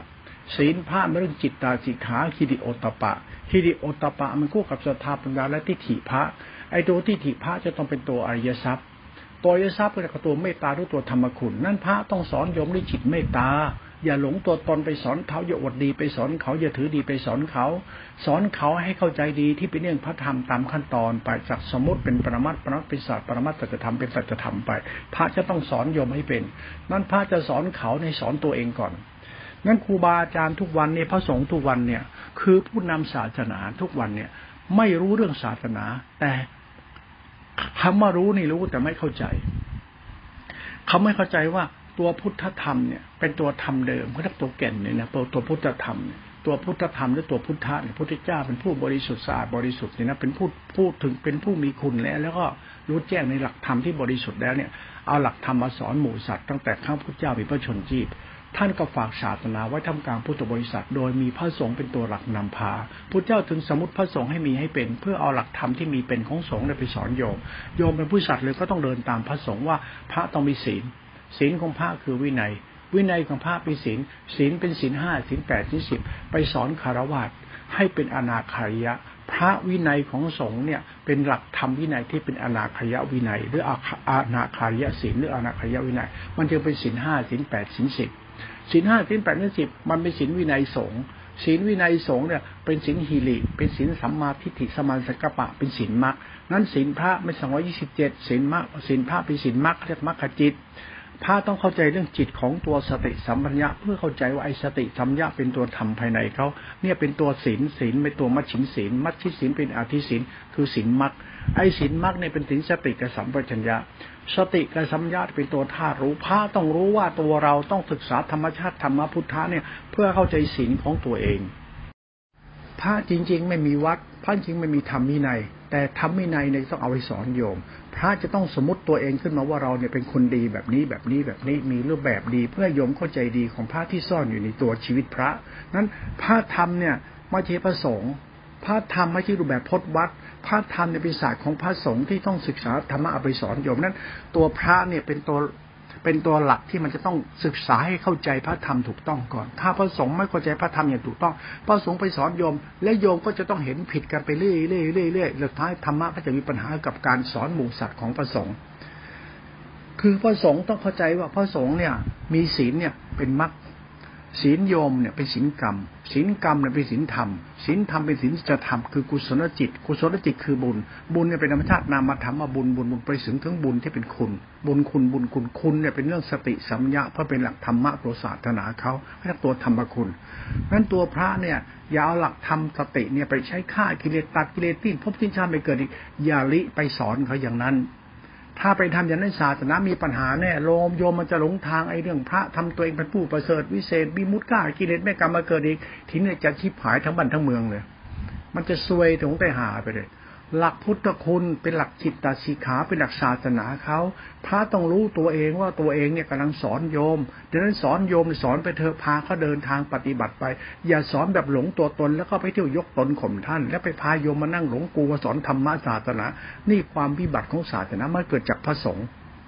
ศีลพระมันเรื่องจิตตาสิกขาฮิริโอตปะฮิริโอตปะมันคู่กับศรัทธาปัญญาและทิฏฐิพระไอ้ตัวทิฏฐิพระจะต้องเป็นตัวอริยทรัพย์ตัวอริยทรัพย์เป็นตัวเมตตาด้วยตัวธรรมคุณนั่นพระต้องสอนโยมด้วยจิตเมตตาอย่าหลงตัวตนไปสอนเขาอย่าอวดดีไปสอนเขาอย่าถือดีไปสอนเขาให้เข้าใจดีที่เป็นเรื่องพระธรรมตามขั้นตอนไปจากสมมติเป็นปรมัตถ์เป็นศาสตร์ปรมัตถ์สัจธรรมเป็นสัจธรรมไปพระจะต้องสอนโยมให้เป็นนั่นพระจะสอนเขาในสอนตัวเองก่อนงั้นครูบาอาจารย์ทุกวันเนี่ยพระสงฆ์ทุกวันเนี่ยคือผู้นำศาสนาทุกวันเนี่ยไม่รู้เรื่องศาสนาแต่คำว่ารู้นี่รู้แต่ไม่เข้าใจเขาไม่เข้าใจว่าตัวพุทธธรรมเนี่ยเป็นตัวธรรมเดิมเขาเรียกตัวแก่นเนี่ยนะตัวพุทธธรรมตัวพุทธธรรมหรือตัวพุทธะเนี่ยพุทธเจ้าเป็นผู้บริสุทธิ์สะอาดบริสุทธิ์เนี่ยนะเป็นพูดถึงเป็นผู้มีคุณแล้วก็รู้แจ้งในหลักธรรมที่บริสุทธิ์แล้วเนี่ยเอาหลักธรรมมาสอนหมู่สัตว์ตั้งแต่ข้าพุทธเจ้ามีพระชนจีบท่านก็ฝากศาสนาไว้ทำกลางพุทธบริษัทโดยมีพระสงฆ์เป็นตัวหลักนำพาพุทธเจ้าถึงสมมติพระสงฆ์ให้มีให้เป็นเพื่อเอาหลักธรรมที่มีเป็นของสงฆ์ไปสอนโยมเป็นผู้สัตว์เลยก็ต้องเดินตามพระสงฆ์ว่าพระต้องมีศีลของพระคือวินัยของพระเป็นศีลเป็นศีล5ศีล8ศีล10ไปสอนคฤหัสถ์ให้เป็นอนาคาริยะพระวินัยของสงฆ์เนี่ยเป็นหลักธรรมวินัยที่เป็นอนาคาริยะวินัยหรืออนาคาริยะศีลหรืออนาคาริยะวินัยมันจึงเป็นศีล5ศีล8ศีล10ศีล5ศีล8ศีล10มันเป็นศีลวินัยสงฆ์ศีลวินัยสงฆ์เนี่ยเป็นศีลหิริเป็นศีลสัมมาทิฏฐิสมาสังกัปปะเป็นศีลมรรคนั้นศีลพระไม่227ศีลมรรคศีลพระเป็นศีลมรรคเรียกมรรคจิตพระต้องเข้าใจเรื่องจิตของตัวสติสัมปชัญญะเพื่อเข้าใจว่าไอ้สติสัมปชัญญะเป็นตัวธรรมภายในเขาเนี่ยเป็นตัวศีลเป็นตัวมัชฌิมศีลมัชฌิศีลเป็นอธิศีลคือศีลมรรคไอ้ศีลมรรคเนี่ยเป็นศีลสติกับสัมปชัญญะสติกับสัมปชัญญะเป็นตัวธาตุรู้พระต้องรู้ว่าตัวเราต้องศึกษาธรรมชาติธรรมพุทธะเนี่ยเพื่อเข้าใจศีลของตัวเองพระจริงๆไม่มีวัดพระจริงไม่มีธรรมวินัยแต่ธรรมวินัยเนี่ยต้องเอาไปสอนโยมพระจะต้องสมมติตัวเองขึ้นมาว่าเราเนี่ยเป็นคนดีแบบนี้มีรูปแบบดีเพื่อโยมเข้าใจดีของพระที่ซ่อนอยู่ในตัวชีวิตพระนั้นพระธรรมเนี่ยไม่ใช่พระสงฆ์พระธรรมไม่ใช่รูปแบบพจน์วัดพระธรรมเนี่ยเป็นศาสตร์ของพระสงฆ์ที่ต้องศึกษาธรรมะเอาไปสอนโยมนั้นตัวพระเนี่ยเป็นตัวหลักที่มันจะต้องศึกษาให้เข้าใจพระธรรมถูกต้องก่อนถ้าพระสงฆ์ไม่เข้าใจพระธรรมอย่างถูกต้องพระสงฆ์ไปสอนโยมและโยมก็จะต้องเห็นผิดกันไปเรื่อยสุดท้ายธรรมะก็จะมีปัญหากับการสอนหมู่สัตว์ของพระสงฆ์คือพระสงฆ์ต้องเข้าใจว่าพระสงฆ์เนี่ยมีศีลเนี่ยเป็นมรรคศีลโยมเนี่ยเป็นศีลกรรมเนี่ยเป็นศีลธรรมเป็นศีลจะธรรมคือกุศลจิตคือบุญเนี่ยเป็นธรรมชาตินามธรรมว่าบุญไปถึงบุญที่เป็นคุณคุณเนี่ยเป็นเรื่องสติสัมยาเพราะเป็นหลักธรรมะตัวศาสนาเขาเรียกตัวธรรมคุณนั้นตัวพระเนี่ยอย่าเอาหลักธรรมสติเนี่ยไปใช้ฆ่ากิเลสตัดกิเลสพบสิ้นชาติไม่เกิดอีกอย่าลิไปสอนเขาอย่างนั้นถ้าไปทำอย่างนั้นศาสนามีปัญหาแน่โยมมันจะหลงทางไอ้เรื่องพระทำตัวเองเป็นผู้ประเสริฐวิเศษมีมุตกล้ากิเลสแม่กรรมมาเกิดอีกทีนี้จะชิบหายทั้งบ้านทั้งเมืองเลยมันจะซวยถึงไปหาไปเลยหลักพุทธคุณเป็นหลักจิตตสิกขาเป็นหลักศาสนาเขาพระต้องรู้ตัวเองว่าตัวเองเนี่ยกำลังสอนโยมดังนั้นสอนโยมสอนไปเถอะพาเขาเดินทางปฏิบัติไปอย่าสอนแบบหลงตัวตนแล้วก็ไปเที่ยวยกตนข่มท่านแล้วไปพาโยมมานั่งหลงกลัวสอนธรรมะศาสนานี่ความวิบัติของศาสนามันเกิดจากพระสงฆ์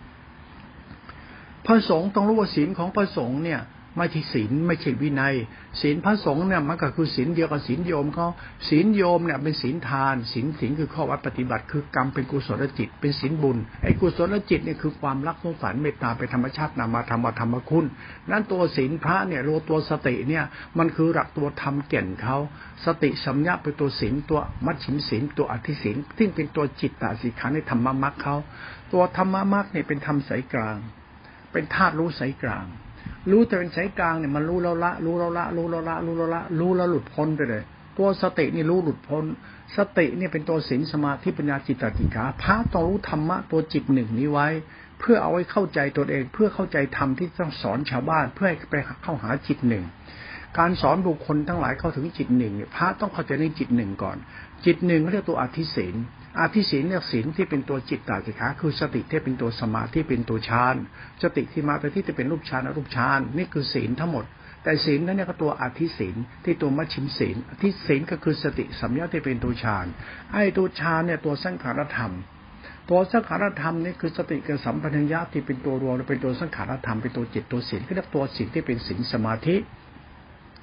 ต้องรู้ว่าศีลของพระสงฆ์เนี่ยไม่ใช่ศีลไม่ใช่วินัยศีลพระสงฆ์เนี่ยมันก็คือศีลเดียวกับศีลโยมเขาศีลโยมเนี่ยเป็นศีลทานศีลคือข้อวัดปฏิบัติคือกรรมเป็นกุศลจิตเป็นศีลบุญไอ้กุศลจิตเนี่ยคือความรักสงสารเมตตาเป็นธรรมชาตินามธรรมคุณนั้นตัวศีลพระเนี่ยตัวสติเนี่ยมันคือหลักตัวธรรมแก่นเขาสติสัมยาเป็นตัวศีลตัวมัชฌิมศีลตัวอธิศีลซึ่งเป็นตัวจิตตสิกขาในธรรมมรรคเขาตัวธรรมมรรคเนี่ยเป็นธรรมสายกลางเป็นธาตุรู้สายกลางรู้แต่เป็นสายกลางเนี่ยมันรู้แล้วรู้แล้วหลุดพ้นไปเลยตัวสตินี่รู้หลุดพ้นสติเนี่ยเป็นตัวศีลสมาธิปัญญาจิตตสิกขาพระต้องรู้ธรรมะตัวจิตหนึ่งนี้ไว้เพื่อเอาไว้เข้าใจตัวเองเพื่อเข้าใจธรรมที่ต้องสอนชาวบ้านเพื่อให้ไปเข้าหาจิตหนึ่งการสอนบุคคลทั้งหลายเข้าถึงจิตหนึ่งเนี่ยพระต้องเข้าใจในจิตหนึ่งก่อนจิตหนึ่งเรียกตัวอธิศีลเนี่ยศีลที่เป็นตัวจิตตสิกขาคือสติที่เป็นตัวสมาธิเป็นตัวฌานสติที่มาแต่ที่จะเป็นรูปฌานอรูปฌานนี่คือศีลทั้งหมดแต่ศีลนั้นเนี่ยก็ตัวอธิศีลที่ตัวมัชฌิมศีลอธิศีลก็คือสติสัมยาที่เป็นตัวฌานไอ้ตัวฌานเนี่ยตัวสังขารธรรมตัวสังขารธรรมนี่คือสติกับสัมปชัญญะที่เป็นตัวรวมเป็นตัวสังขารธรรมเป็นตัวจิตตัวศีลก็เรียกตัวศีลที่เป็นศีลสมาธิ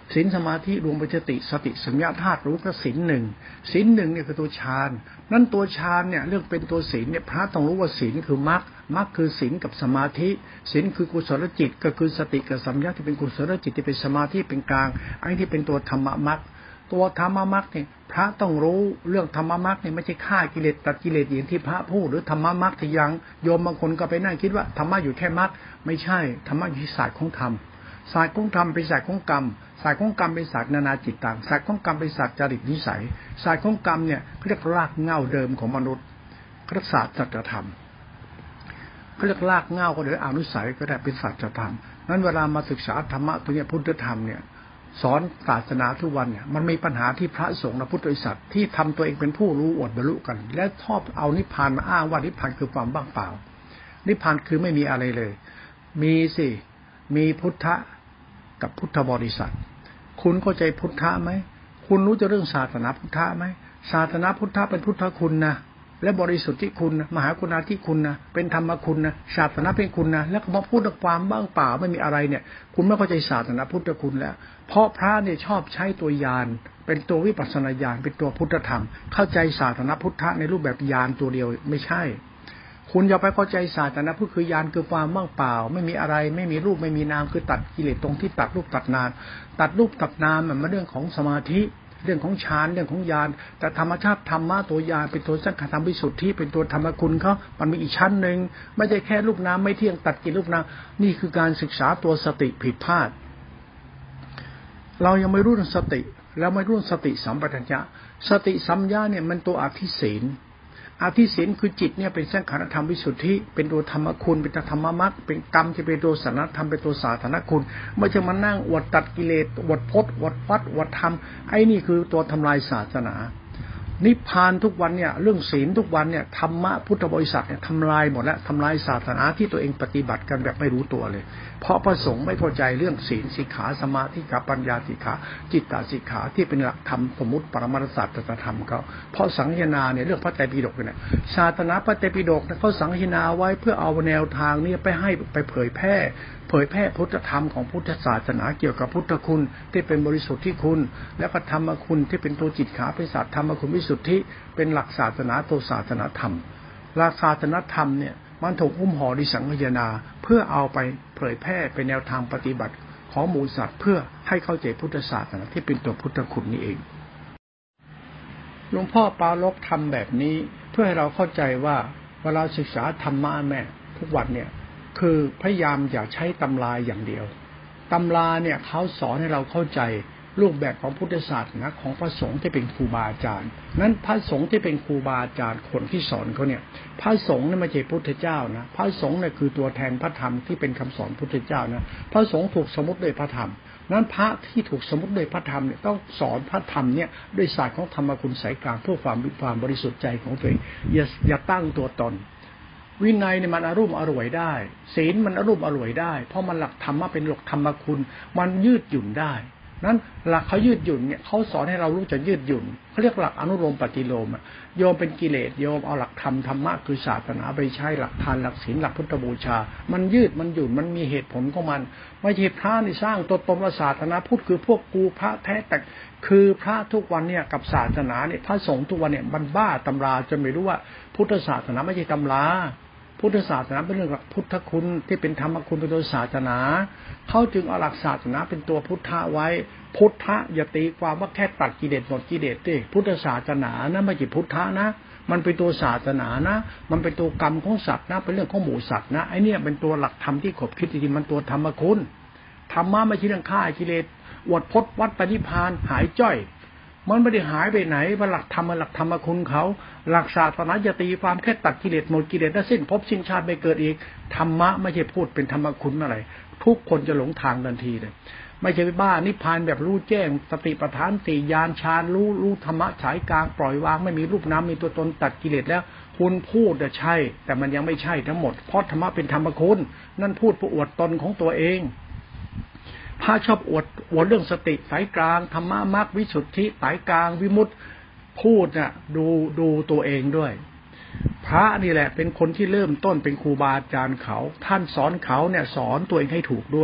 ศีลสมาธิรวมเป็นสติสัมยาธาตุรู้ก็ศีลหนึ่งเนี่ยคือตัวฌานนั่นตัวฌานเนี่ยเรื่องเป็นตัวศีลเนี่ยพระต้องรู้ว่าศีลคือมรรคคือศีลกับสมาธิศีลคือกุศลจิตก็คือสติกับสัมยาที่เป็นกุศลจิตที่เป็นสมาธิเป็นกลางไอ้ที่เป็นตัวธรรมมรรคตัวธรรมมรรคเนี่ยพระต้องรู้เรื่องธรรมมรรคเนี่ยไม่ใช่ฆ่ากิเลสตัดกิเลสอย่างที่พระพูดหรือธรรมมรรคที่ยังโยมบางคนก็ไปนั่งคิดว่าธรรมะอยู่แค่มรรคไม่ใช่ธรรมะอยู่ที่ศาสตร์ของธรรมศาสตร์ของธรรมเป็นศาสตร์ของกรรมศาสตร์ของกรรมเป็นศาสตร์นานาจิตต่างศาสตร์ของกรรมเป็นศาสตร์จริตนิสัยศาสตร์ของกรรมเนี่ยเรียกรากเหง้าเดิมของมนุษย์ศาสตร์สัจธรรมเขาเรียกรากเหง้าก็ได้อนุสัยก็ได้เป็นสัจธรรมนั้นเวลามาศึกษาธรรมะตัวนี้พุทธธรรมเนี่ยสอนศาสนาทุกวันเนี่ยมันมีปัญหาที่พระสงฆ์และพุทธบริษัทที่ทำตัวเองเป็นผู้รู้อวดบรรลุกันและชอบเอานิพพานมาอ้างว่านิพพานคือความว่างเปล่านิพพานคือไม่มีอะไรเลยมีสิมีพุทธะกับพุทธบริษัทคุณเข้าใจพุทธะไหมคุณรู้จะเรื่องศาสนาพุทธะไหมศาสนาพุทธะเป็นพุทธคุณนะและบริสุทธิ์ที่คุณนะมหากรุณาธิคุณนะเป็นธรรมคุณนะศาสนาเป็นคุณนะแล้วก็มาพูดถึงความว่างเปล่าไม่มีอะไรเนี่ยคุณไม่เข้าใจศาสนาพุทธคุณแล้วเพราะพระเนี่ยชอบใช้ตัวยานเป็นตัววิปัสสนาญาณเป็นตัวพุทธธรรมเข้าใจศาสนาพุทธะในรูปแบบญาณตัวเดียวไม่ใช่คุณอย่าไปเข้าใจศาสนาพุทธคือญาณคือความว่างเปล่าไม่มีอะไรไม่มีรูปไม่มีนามคือตัดกิเลสตรงที่ตัดรูปตัดนามตัดรูปตัดนามมันเรื่องของสมาธิเรื่องของฌานเรื่องของญาณแต่ธรรมชาติธรรมะตัวญาณเป็นตัวสังขารธรรมวิสุทธิเป็นตัวธรรมคุณเขามันมีอีกชั้นนึงไม่ใช่แค่รูปนามไม่เที่ยงตัดกิเลสรูปนามนี่คือการศึกษาตัวสติผิดพลาดเรายังไม่รู้เรื่องสติแล้วไม่รู้สติสัมปชัญญะสติสัมยาเนี่ยมันตัวอธิศีลอธิศีลคือจิตเนี่ยเป็นสังขารธรรมวิสุทธิเป็นตัวธรรมคุณเป็นธรรมมรรคเป็นกรรมที่เป็นตัวสันธรรมเป็นตัวสาธารณคุณไม่ใช่มานั่งอวดตัดกิเลสอวดพจน์อวดวัดอวดธรรมไอ้นี่คือตัวทำลายศาสนานิพพานทุกวันเนี่ยเรื่องศีลทุกวันเนี่ยธรรมะพุทธบริษัทเนี่ยทำลายหมดแล้วทำลายศาสนาที่ตัวเองปฏิบัติกันแบบไม่รู้ตัวเลยเพราะพระสงฆ์ไม่เข้าใจเรื่องศีลสิกขาสมาธิกับปัญญาสิกขาจิตตสิกขาที่เป็นหลักธรรมสมมุติปรมัตถศาสตร์ธรรมเขาเพราะสังฆนาเนี่ยเรื่องพระไตรปิฎกเนี่ยศาสนาพระไตรปิฎกเขาสังฆนาไว้เพื่อเอาแนวทางนี้ไปให้ไปเผยแพร่พุทธธรรมของพุทธศาสนาเกี่ยวกับพุทธคุณที่เป็นบริสุทธิ์ที่คุณแล้วก็ธรรมคุณที่เป็นตัวจิตขาเป็นศาสตร์ธรรมคุณวิสุทธิเป็นหลักศาสนาตัวศาสนาธรรมหลักศาสนาธรรมเนี่ยมันถูกอุ้มห่อดิสังฆนาเพื่อเอาไปเผยแพร่เป็นแนวทางปฏิบัติของหมู่สัตว์เพื่อให้เข้าใจพุทธศาสนาที่เป็นตัวพุทธคุณนี่เองหลวงพ่อปาลบทำแบบนี้เพื่อให้เราเข้าใจว่าเวลาศึกษาธรรมะแม่ทุกวันเนี่ยคือพยายามอย่าใช้ตำราอย่างเดียวตำราเนี่ยเขาสอนให้เราเข้าใจรูปแบบของพุทธศาสนาของพระสงฆ์ที่เป็นครูบาอาจารย์นั้นพระสงฆ์ที่เป็นครูบาอาจารย์คนที่สอนเขาเนี่ยพระสงฆ์เนี่ยไม่ใช่พุทธเจ้านะพระสงฆ์เนี่ยคือตัวแทนพระธรรมที่เป็นคำสอนพุทธเจ้านะพระสงฆ์ถูกสมมติโดยพระธรรมนั้นพระที่ถูกสมมติโดยพระธรรมเนี่ยต้องสอนพระธรรมเนี่ยด้วยศาสตร์ของธรรมคุณสายกลางเพื่อความบริสุทธิ์ใจของตัวเองอย่าตั้งตัวตนวินัยเนี่ยมันอารมณ์อร่วยได้ศีลมันอารมณ์อร่วยได้เพราะมันหลักธรรมะเป็นหลักธรรมคุณมันยืดหยุ่นได้นั้นหลักเขายืดหยุ่นเนี่ยเขาสอนให้เรารู้จักยืดหยุ่นเขาเรียกหลักอนุโลมปฏิโลมโยมเป็นกิเลสโยมเอาหลักธรรมะคือศาสนาไปใช้หลักทานหลักศีลหลักพุทธบูชามันยืดมันหยุ่นมันมีเหตุผลของมันไม่ใช่พระนี่สร้างตัวตนศาสนาพุทธคือพวกกูพระแท้แต่คือพระทุกวันเนี่ยกับศาสนาเนี่ยพระสงฆ์ทุกวันเนี่ยมันบ้าตำราจนไม่รู้ว่าพุทธศาสนาไม่ใช่ตำราพุทธศาสนาเป็นเรื่องหลักพุทธคุณที่เป็นธรรมคุณเป็นตัวศาสนาเขาจึงเอาหลักศาสนาเป็นตัวพุทธะไว้พุทธะอย่าตีความว่าแค่ตัดกิเลสหมดกิเลสดิพุทธศาสนานะไม่ใช่พุทธะนะมันเป็นตัวศาสนานะมันเป็นตัวกรรมของสัตว์นะเป็นเรื่องของหมู่สัตว์นะไอเนี่ยเป็นตัวหลักธรรมที่ขบคิดจริงๆมันตัวธรรมคุณธรรมะไม่ใช่เรื่องฆ่ากิเลสอวดพจน์วัดปณิพานหายจ้อยมันไม่ได้หายไปไหนว่าหลักธรรมหลักธรรมคุณเขาหลักศาสนาจะตีความแค่ตัดกิเลสหมดกิเลสแล้วสิ้นภพสิ้นชาติไม่เกิดอีกธรรมะไม่ใช่พูดเป็นธรรมคุณอะไรทุกคนจะหลงทางทันทีเลยไม่ใช่บ้านิพพานแบบรู้แจ้งสติปัฏฐานสี่ญาณฌานรู้ธรรมะฉายกลางปล่อยวางไม่มีรูปน้ำมีตัวตนตัดกิเลสแล้วคุณพูดใช่แต่มันยังไม่ใช่ทั้งหมดเพราะธรรมะเป็นธรรมคุณนั่นพูดเพื่ออวดตนของตัวเองพระชอบอวดเรื่องสติสายกลางธรรมะมรรควิสุทธิสายกลางวิมุตติพูดน่ะดูตัวเองด้วยพระนี่แหละเป็นคนที่เริ่มต้นเป็นครูบาอาจารย์เขาท่านสอนเขาเนี่ยสอนตัวเองให้ถูกด้วย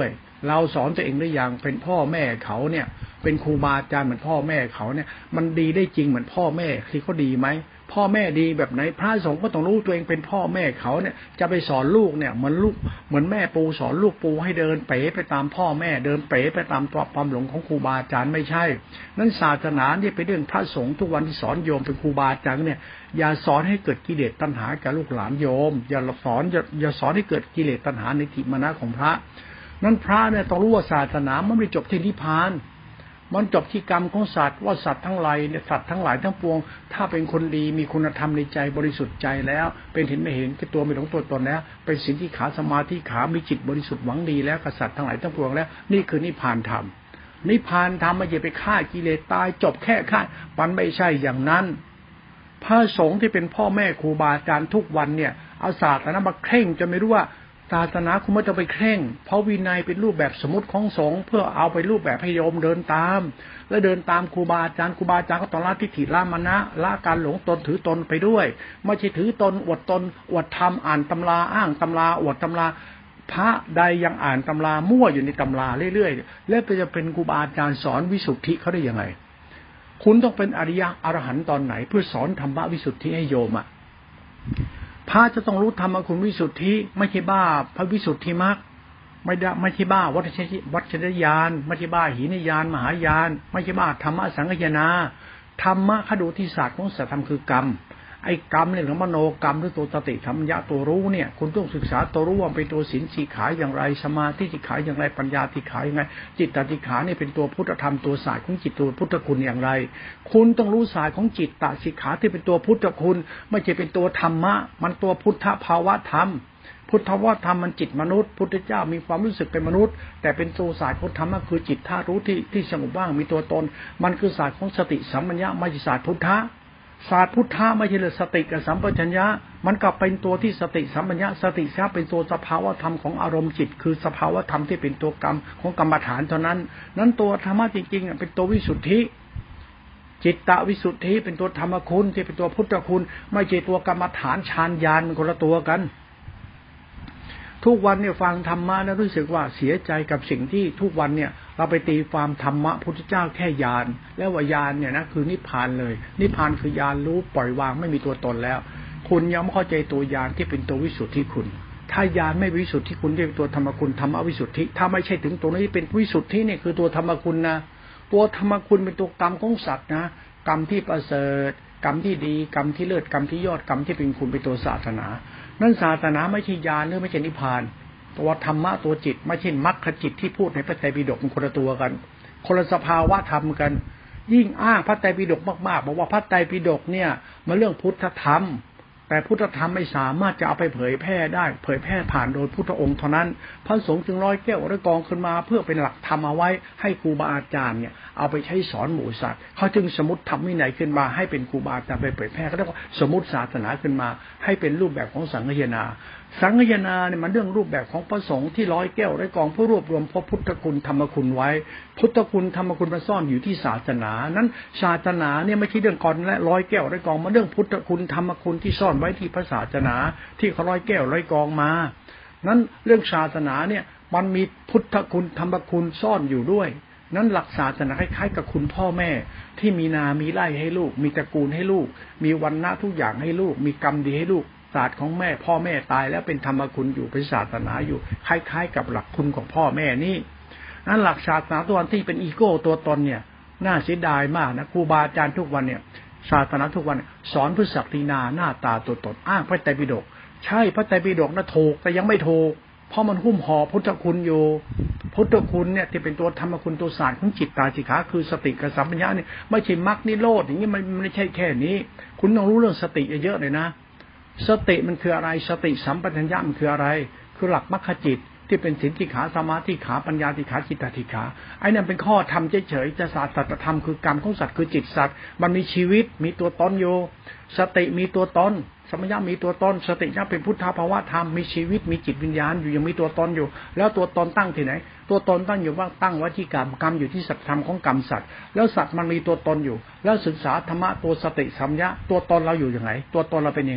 เราสอนตัวเองหรือยังเป็นพ่อแม่เขาเนี่ยเป็นครูบาอาจารย์เหมือนพ่อแม่เขาเนี่ยมันดีได้จริงเหมือนพ่อแม่ที่เขาดีไหมพ่อแม่ดีแบบไหนพระสงฆ์ก็ต้องรู้ตัวเองเป็นพ่อแม่เขาเนี่ยจะไปสอนลูกเนี่ยเหมือนลูกเหมือนแม่ปูสอนลูกปูให้เดินเป๋ไปตามพ่อแม่เดินเป๋ไปตามความหลงของครูบาอาจารย์ไม่ใช่นั้นศาสนาเนี่ยเป็นเรื่องพระสงฆ์ทุกวันที่สอนโยมเป็นครูบาอาจารย์เนี่ยอย่าสอนให้เกิดกิเลสตัณหากับลูกหลานโยมอย่าสอนให้เกิดกิเลสตัณหาในทิมนะของพระนั้นพระเนี่ยต้องรู้ว่าศาสนาไม่ได้จบที่นิพพานมันจบที่กรรมของสัตว์ว่าสัตว์ทั้งหลายเนี่ยสัตว์ทั้งหลายทั้งปวงถ้าเป็นคนดีมีคุณธรรมในใจบริสุทธิ์ใจแล้วเป็นเห็นไม่เห็นแก่ตัวไม่หลงตัวตนแล้วเป็นศีลที่ขาสมาธิขามีจิตบริสุทธิ์หวังดีแล้วกับสัตว์ทั้งหลายทั้งปวงแล้วนี่คือนิพพานธรรมนิพพานธรรมไม่ใช่ไปฆ่ากิเลสตายจบแค่ฆ่ามันไม่ใช่อย่างนั้นพระสงฆ์ที่เป็นพ่อแม่ครูบาอาจารย์ทุกวันเนี่ยเอาศาสนามาเคร่งจนไม่รู้ว่าศาสนาคุณไม่ต้องไปเคร่งเพราะวินัยเป็นรูปแบบสมมติของสงฆ์เพื่อเอาไปรูปแบบให้โยมเดินตามและเดินตามครูบาอาจารย์ก็ต้องละทิฏฐิละมานะละการหลงตนถือตนไปด้วยไม่ใช่ถือตนอวดตนอวดธรรมอ่านตำราอ้างตำราอวดตำราพระใดยังอ่านตำรามั่วอยู่ในตำราเรื่อยๆแล้วจะเป็นครูบาอาจารย์สอนวิสุทธิเขาได้ยังไงคุณต้องเป็นอริยะอรหันต์ตอนไหนเพื่อสอนธรรมวิสุทธิให้โยมอ่ะพระจะต้องรู้ธรรมคุณวิสุทธิไม่ใช่บ้าพระวิสุทธิมรรคไม่ใช่บ้าวัชรยานไม่ใช่บ้าหินยานมหายานไม่ใช่บ้าธรรมะสังฆยนาธรรมะคดูที่ศาสตร์ของสัจธรรมคือกรรมไอ้กรรมเนี่ยหรือมโนกรรมหรือตัวสติธรรมญะตัวรู้เนี่ยคุณต้องศึกษาตัวรู้ว่าเป็นตัวศีลสิกขาอย่างไรสมาธิสิกขาอย่างไรปัญญาสิกขาอย่างไรจิตตสิกขาเนี่ยเป็นตัวพุทธธรรมตัวศาสตร์ของจิตตัวพุทธคุณอย่างไรคุณต้องรู้ศาสตร์ของจิตตสิกขาที่เป็นตัวพุทธคุณไม่ใช่เป็นตัวธรรมะมันตัวพุทธภาวะธรรมพุทธวธรรมมันจิตมนุษย์พุทธเจ้ามีความรู้สึกเป็นมนุษย์แต่เป็นตัวศาสตร์ของธรรมะคือจิตท่ารู้ที่สงบว่างมีตัวตนมันคือศาสตร์ของสติสัมปชัญญะไม่ใช่ศาสตร์พุทธะศาสตร์พุทธะไม่ใช่เลยสติกับสัมปชัญญะมันกลับเป็นตัวที่สติสัมปชัญญะสติสัมเป็นตัวสภาวะธรรมของอารมณ์จิตคือสภาวะธรรมที่เป็นตัวกรรมของกรรมฐานเท่านั้นนั้นตัวธรรมะจริงๆเป็นตัววิสุทธิจิตตวิสุทธิเป็นตัวธรรมคุณที่เป็นตัวพุทธคุณไม่ใช่ตัวกรรมฐานฌานญาณมันคนละตัวกันทุกวันเนี่ยฟังธรรมะแล้วรู้สึกว่าเสียใจกับสิ่งที่ทุกวันเนี่ยเราไปตีความธรรมะพุทธเจ้าแค่ญาณแล้วว่าญาณเนี่ยนะคือนิพพานเลยนิพพานคือญาณรู้ปล่อยวางไม่มีตัวตนแล้วคุณยังไม่เข้าใจตัวญาณที่เป็นตัววิสุทธิคุณถ้าญาณไม่วิสุทธิคุณที่เป็นตัวธรรมคุณธรรมวิสุทธิถ้าไม่ใช่ถึงตัวนี้เป็นวิสุทธิเนี่ยคือตัวธรรมคุณนะตัวธรรมคุณเป็นตัวกรรมของสัตว์นะกรรมที่ประเสริฐกรรมที่ดีกรรมที่เลิศกรรมที่ยอดกรรมที่เป็นคุณเป็นตัวศาสนานั่นศาสนาไม่ใช่ญาณหรือไม่ใช่นิพพานตัวธรรมะตัวจิตไม่ใช่มรรคจิตที่พูดในพระไตรปิฎกมันคนละตัวกันคนละสภาวะธรรมกันยิ่งอ้างพระไตรปิฎกมากๆบอกว่าพระไตรปิฎกเนี่ยมันเรื่องพุทธธรรมแต่พุทธธรรมไม่สามารถจะเอาไปเผยแพร่ได้เผยแพร่ผ่านโดยพุทธองค์เท่านั้นพระสงฆ์จึงร้อยแก้วร้อยกองขึ้นมาเพื่อเป็นหลักธรรมเอาไว้ให้ครูบาอาจารย์เนี่ยเอาไปใช้สอนหมู่สัตว์เขาจึงสมมติธรรมวินัยขึ้นมาให้เป็นครูบาอาจารย์ไปเผยแพร่ก็เรียกว่าสมมติศาสนาขึ้นมาให้เป็นรูปแบบของสังฆยนาสังฆยนาเนี่ยมันเรื่องรูปแบบของพระสงฆ์ที่ร้อยแก้วร้อยกองเพื่อรวบรวมพระพุทธคุณธรรมคุณไว้พุทธคุณธรรมคุณมาซ่อนอยู่ที่ศาสนานั้นศาสนาเนี่ยไม่ใช่เรื่องกรและร้อยแก้วร้อยกองมาเรื่องพุทธคุณธรรมคุณที่ซ่อนไว้ที่พระศาสนาที่เขาร้อยแก้วร้อยกองมานั้นเรื่องศาสนาเนี่ยมันมีพุทธคุณธรรมคุณซ่อนอยู่ด้วยนั้นหลักศาสนาคล้ายๆกับคุณพ่อแม่ที่มีนามีไร่ให้ลูกมีตระกูลให้ลูกมีวรรณะทุกอย่างให้ลูกมีกรรมดีให้ลูกศาสตร์ของแม่พ่อแม่ตายแล้วเป็นธรรมคุณอยู่เป็นศาสนาอยู่คล้ายๆกับหลักคุณของพ่อแม่นี่นั้นหลักศาสนาตัวที่เป็นอีโก้ตัวตนเนี่ยน่าเสียดายมากนะครูบาอาจารย์ทุกวันเนี่ยศาสนาทุกวันสอนพุทธศักดินาหน้าตาตัวตนอ้างพระไตรปิฎกใช่พระไตรปิฎกน่ะถูกแต่ยังไม่ถูกเพราะมันหุ้มห่อพุทธคุณอยู่พุทธคุณเนี่ยที่เป็นตัวธรรมคุณตัวศาสตร์ของจิตตาสิกขาคือสติกับสัมปชัญญะเนี่ยไม่ใช่มรรคนิโรธอย่างนี้มันไม่ใช่แค่นี้คุณต้องรู้เรื่องสติเยอะๆเลยนะสติมันคืออะไรสติสัมปชัญญะมันคืออะไรคือหลักมรรคจิตที่เป็นศีลสิกขาสมาธิขาปัญญาสิกขาจิตตสิกขาไอ้นั่นเป็นข้อธรรมเฉยๆจะศาสตร์สัจธรรมคือกรรมของสัตว์คือจิตสัตว์มันมีชีวิตมีตัวตนอยู่สติมีตัวตนสัมปชัญญะมีตัวตนสติเนี่ยเป็นพุทธภาวะธรรมมีชีวิตมีจิตวิญญาณอยู่ยังมีตัวตนอยู่แล้วตัวตนตั้งที่ไหนตัวตนตั้งอยู่ว่าตั้งไว้ที่กรรมอยู่ที่สัจธรรมของกรรมสัตว์แล้วสัตว์มันมีตัวตนอยู่แล้วศึกษาธรรมะตัวสติสัมปชัญญะตัวตนเราอยู่ยังไงตัวตนเราเป็นยังไง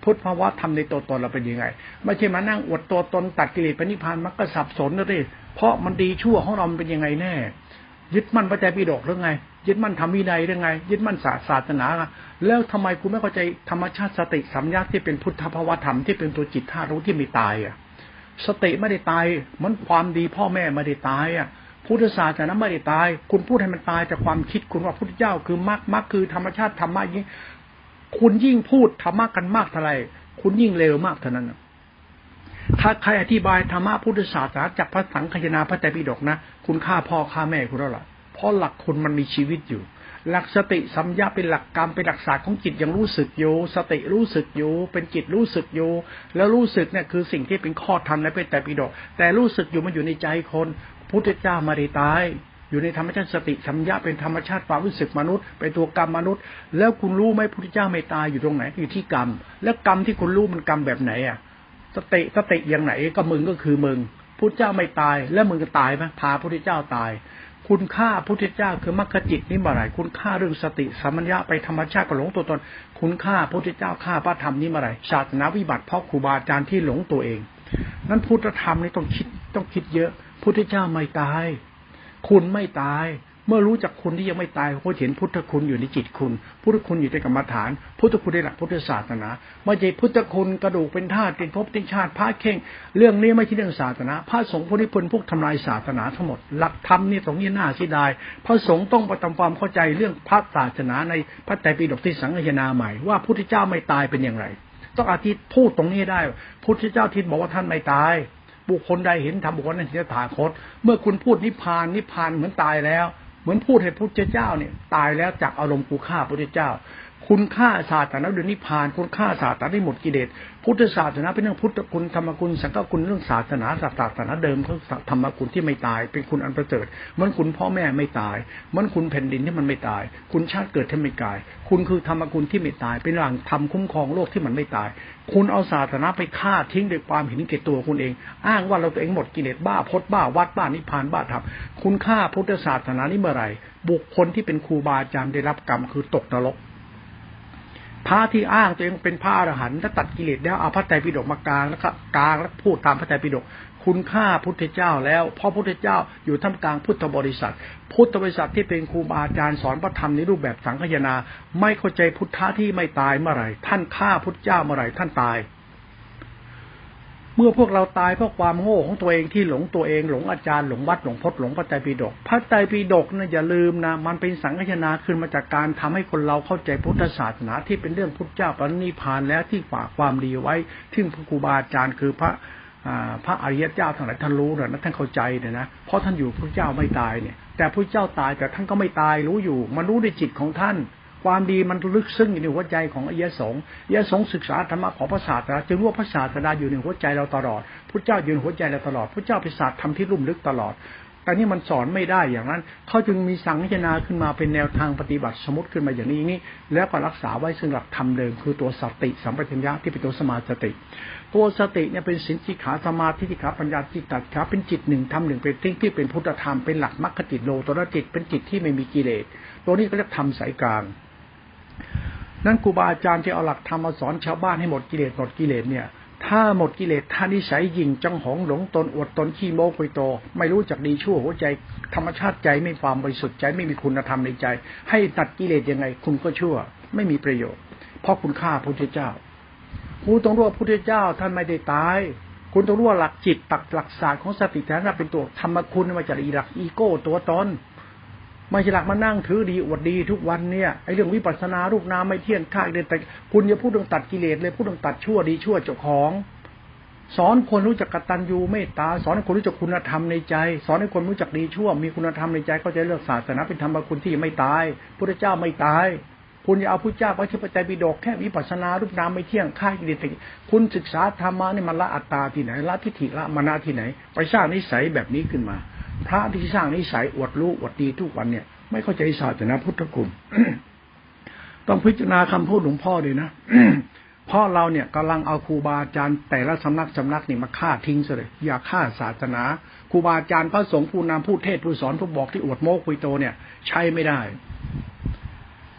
พุทธภาวะธรรมในตัวตนเราเป็นยังไงไม่ใช่มานั่งอวดตัวตนตัดกิเลสไปนิพพานมันก็สับสนนะดิเพราะมันดีชั่วของเราเป็นยังไงแน่ยึดมั่นพระไตรปิฎกหรือไงยึดมั่นธรรมวินัยหรือไงยึดมั่นศาสนาแล้วทำไมคุณไม่เข้าใจธรรมชาติสติสัมยาที่เป็นพุทธภาวะธรรมที่เป็นตัวจิตธาตุรู้ที่ไม่ตายอ่ะสติไม่ได้ตายมันความดีพ่อแม่ไม่ได้ตายอ่ะพุทธศาสนาไม่ได้ตายคุณพูดให้มันตายแต่ความคิดคุณว่าพุทธเจ้าคือมรรคคือธรรมชาติธรรมะยิ่งคุณยิ่งพูดธรรมะกันมากเท่าไรคุณยิ่งเลวมากเท่านั้นถ้าใครอธิบายธรรมะพุทธศาสนาจากพระสังฆนาพระไตรปิฎกนะคุณฆ่าพ่อฆ่าแม่คุณแล้วล่ะเพราะหลักคุณมันมีชีวิตอยู่หลักสติสัมยาเป็นหลักกรรมเป็นหลักศาสตร์ของจิตยังรู้สึกอยู่สติรู้สึกอยู่เป็นจิตรู้สึกอยู่แล้วรู้สึกเนี่ยคือสิ่งที่เป็นข้อธรรมในพระไตรปิฎกแต่รู้สึกอยู่มันอยู่ในใจคนพุทธเจ้าไม่ได้ตายอยู่ในธรรมชาติสติสัมยาเป็นธรรมชาติความรู้สึกมนุษย์เป็นตัวกรรมมนุษย์แล้วคุณรู้ไหมพุทธเจ้าไม่ตายอยู่ตรงไหนอยู่ที่กรรมแล้วกรรมที่คุณรู้มันกรรมแบบไหนอ่ะสติอย่างไหนก็มึงก็คือมึงพุทธเจ้าไม่ตายแล้วมึงจะตายไหมพาพุทธเจ้าตายคุณฆ่าพุทธเจ้าคือมรรคจิตนี่เมื่อไหร่คุณฆ่าเรื่องสติสัมมัญญะไปธรรมชาติก็หลงตัวตนคุณฆ่าพุทธเจ้าฆ่าพระธรรมนี่เมื่อไหร่ศาสนาวิบัติเพราะครูบาอาจารย์ที่หลงตัวเองนั้นพุทธธรรมนี่ต้องคิดเยอะพุทธเจ้าไม่ตายคุณไม่ตายเมื่อรู้จักคุณที่ยังไม่ตายเพราะเห็นพุทธคุณอยู่ในจิตคุณพุทธคุณอยู่ในกรรมฐานพุทธคุณในหลักพุทธศาสนาไม่ใช่พุทธคุณกระดูกเป็นธาตุเป็นภพเป็นชาติพระเข่งเรื่องนี้ไม่ใช่เรื่องศาสนาพระสงฆ์พวกนี้เป็นพวกทำลายศาสนาทั้งหมดหลักธรรมนี่ตรงนี้น่าเสียดายพระสงฆ์ต้องประทำความเข้าใจเรื่องพระศาสนาในพระไตรปิฎกที่สังฆนาใหม่ว่าพุทธเจ้าไม่ตายเป็นอย่างไรต้องอธิพูดตรงนี้ได้พุทธเจ้าที่บอกว่าท่านไม่ตายบุคคลใดเห็นธรรมบุคคลนั้นจะถาคตเมื่อคุณพูดนิพพานเหมือนตายแล้วเหมือนพูดให้พุทธเจ้าเนี่ยตายแล้วจากอารมณ์กูฆ่าพุทธเจ้าคุณฆ่าศาสนาโดยนิพพานคุณฆ่าศาสนาได้หมดกิเลสพุทธศาสนาเป็นเรื่องพุทธคุณธรรมคุณสังฆคุณเรื่องศาสนาเดิมเขาธรรมคุณที่ไม่ตายเป็นคุณอันประเสริฐเหมือนคุณพ่อแม่ไม่ตายเหมือนคุณแผ่นดินที่มันไม่ตายคุณชาติเกิดที่ไม่ตายคุณคือธรรมคุณที่ไม่ตายเป็นหลังธรรมคุ้มครองโลกที่มันไม่ตายคุณเอาศาสนาไปฆ่าทิ้งด้วยความเห็นแก่ตัวคุณเองอ้างว่าเราตัวเองหมดกิเลสบ้าพจน์บ้าวัดบ้านิพพานบ้าธรรมคุณฆ่าพุทธศาสนานี้เมื่อไหร่บุคคลที่เป็นครูบาอาจารย์ได้รับกรรมคือตกนรกพระที่อ้างตัวเองเป็นพระอรหันต์ถ้าตัดกิเลสแล้วเอาพระไตรปิฎกมากลางแล้วก็กลางแล้วพูดตามพระไตรปิฎกคุณฆ่าพุทธเจ้าแล้วเพราะพุทธเจ้าอยู่ท่ามกลางพุทธบริษัทที่เป็นครูบาอาจารย์สอนพระธรรมในรูปแบบสังฆยนาไม่เข้าใจพุทธะที่ไม่ตายเมื่อไหร่ท่านฆ่าพุทธเจ้าเมื่อไหร่ท่านตายเมื่อพวกเราตายเพราะความโง่ของตัวเองที่หลงตัวเองหลงอาจารย์หลงวัดหลงพจน์หลงพระไตรปิฎกพระไตรปิฎกนะอย่าลืมนะมันเป็นสังฆนาขึ้นมาจากการทำให้คนเราเข้าใจพุทธศาสนาที่เป็นเรื่องพุทธเจ้าปรินิพพานแล้วที่ฝากความดีไว้ที่ครูบาอาจารย์คือพระอริยเจ้าทั้งหลายท่านรู้นะท่านเข้าใจเนี่ยนะเพราะท่านอยู่พระเจ้าไม่ตายเนี่ยแต่พระเจ้าตายแต่ท่านก็ไม่ตายรู้อยู่มันรู้ในจิตของท่านความดีมันลึกซึ้งอยู่ในหัวใจของอริยสงฆ์ศึกษาธรรมะของพระศาสดาจึงรู้ว่าพระศาสดาอยู่ในหัวใจเราตลอดพระเจ้าอยู่ในหัวใจเราตลอดพระเจ้าเป็นศาสตร์ธรรมที่ลุ่มลึกตลอดแต่นี่มันสอนไม่ได้อย่างนั้นเขาจึงมีสังฆนาขึ้นมาเป็นแนวทางปฏิบัติสมมติขึ้นมาอย่างนี้แล้วก็รักษาไว้ซึ่งหลักธรรมเดิมคือตัวสติสัมปชัญญะที่เป็นตัวสมาสติตัวสติเนี่ยเป็นสินสิขาสมาธิสิขาปัญญาจิตตัดขาเป็นจิตหนึ่งธรรมหนึ่งเป็นที่เป็นพุทธธรรมเป็นหลักมรรคจิตโลตระจิตเป็นจิตที่ไม่มีกิเลสตัวนี้ก็เรียกธรรมสายกลางนั่นครูบาอาจารย์ที่เอาหลักธรรมมาสอนชาวบ้านให้หมดกิเลสเนี่ยถ้าหมดกิเลสท่านิสัยยิงจังหองหลงตนอวดตนขี้โม้คุยโตไม่รู้จักดีชั่วหัวใจธรรมชาติใจไม่ความบริสุทธิ์ใจไม่มีคุณธรรมในใจให้ตัดกิเลสยังไงคุณก็ชั่วไม่มีประโยชน์เพราะคุณฆ่าพระพุทธเจ้าคุณต้องรู้ว่าพระพุทธเจ้าท่านไม่ได้ตายคุณต้องรู้ว่าหลักจิตหลักศาสตร์ของสติแท้นั้นเป็นตัวธรรมคุณมาจากหลักอีโก้ตัวตนไม่ใช่หลักมานั่งถือดีอวดดีทุกวันเนี่ยไอ้เรื่องวิปัสสนารูปนามไม่เที่ยงข้าเดินแต่คุณอย่าพูดเรื่องตัดกิเลสเลยพูดเรื่องตัดชั่วดีชั่วเจ้าของสอนคนรู้จักกตัญญูเมตตาสอนให้คนรู้จักคุณธรรมในใจสอนให้คนรู้จักดีชั่วมีคุณธรรมในใจเข้าใจเรื่องศาสนาเป็นธรรมคุณที่ไม่ตายพุทธเจ้าไม่ตายคุณอย่าเอาพุทธเจ้าไปที่พระไตรปิฎกแค่วิปัสสนารูปนามไม่เที่ยงข้ากิเลสคุณศึกษาธรรมะนี่มันละอัตตาที่ไหนละทิฏฐิละมานะที่ไหนไปสร้างนิสัยแบบนี้ขึ้นมาพระที่สร้างนิสัยอวดรู้อวดดีทุกวันเนี่ยไม่เข้าใจศาสนาพุทธคุณ ต้องพิจารณาคำพูดหลวงพ่อด้วยนะ เพราะเราเนี่ยกำลังเอาครูบาอาจารย์แต่ละสำนักนี่มาฆ่าทิ้งซะเลยอย่าฆ่าศาสนาครูบาอาจารย์พระสงฆ์ผู้นำผู้เทศน์ผู้สอนผู้บอกที่อวดโม้คุยโตเนี่ยใช้ไม่ได้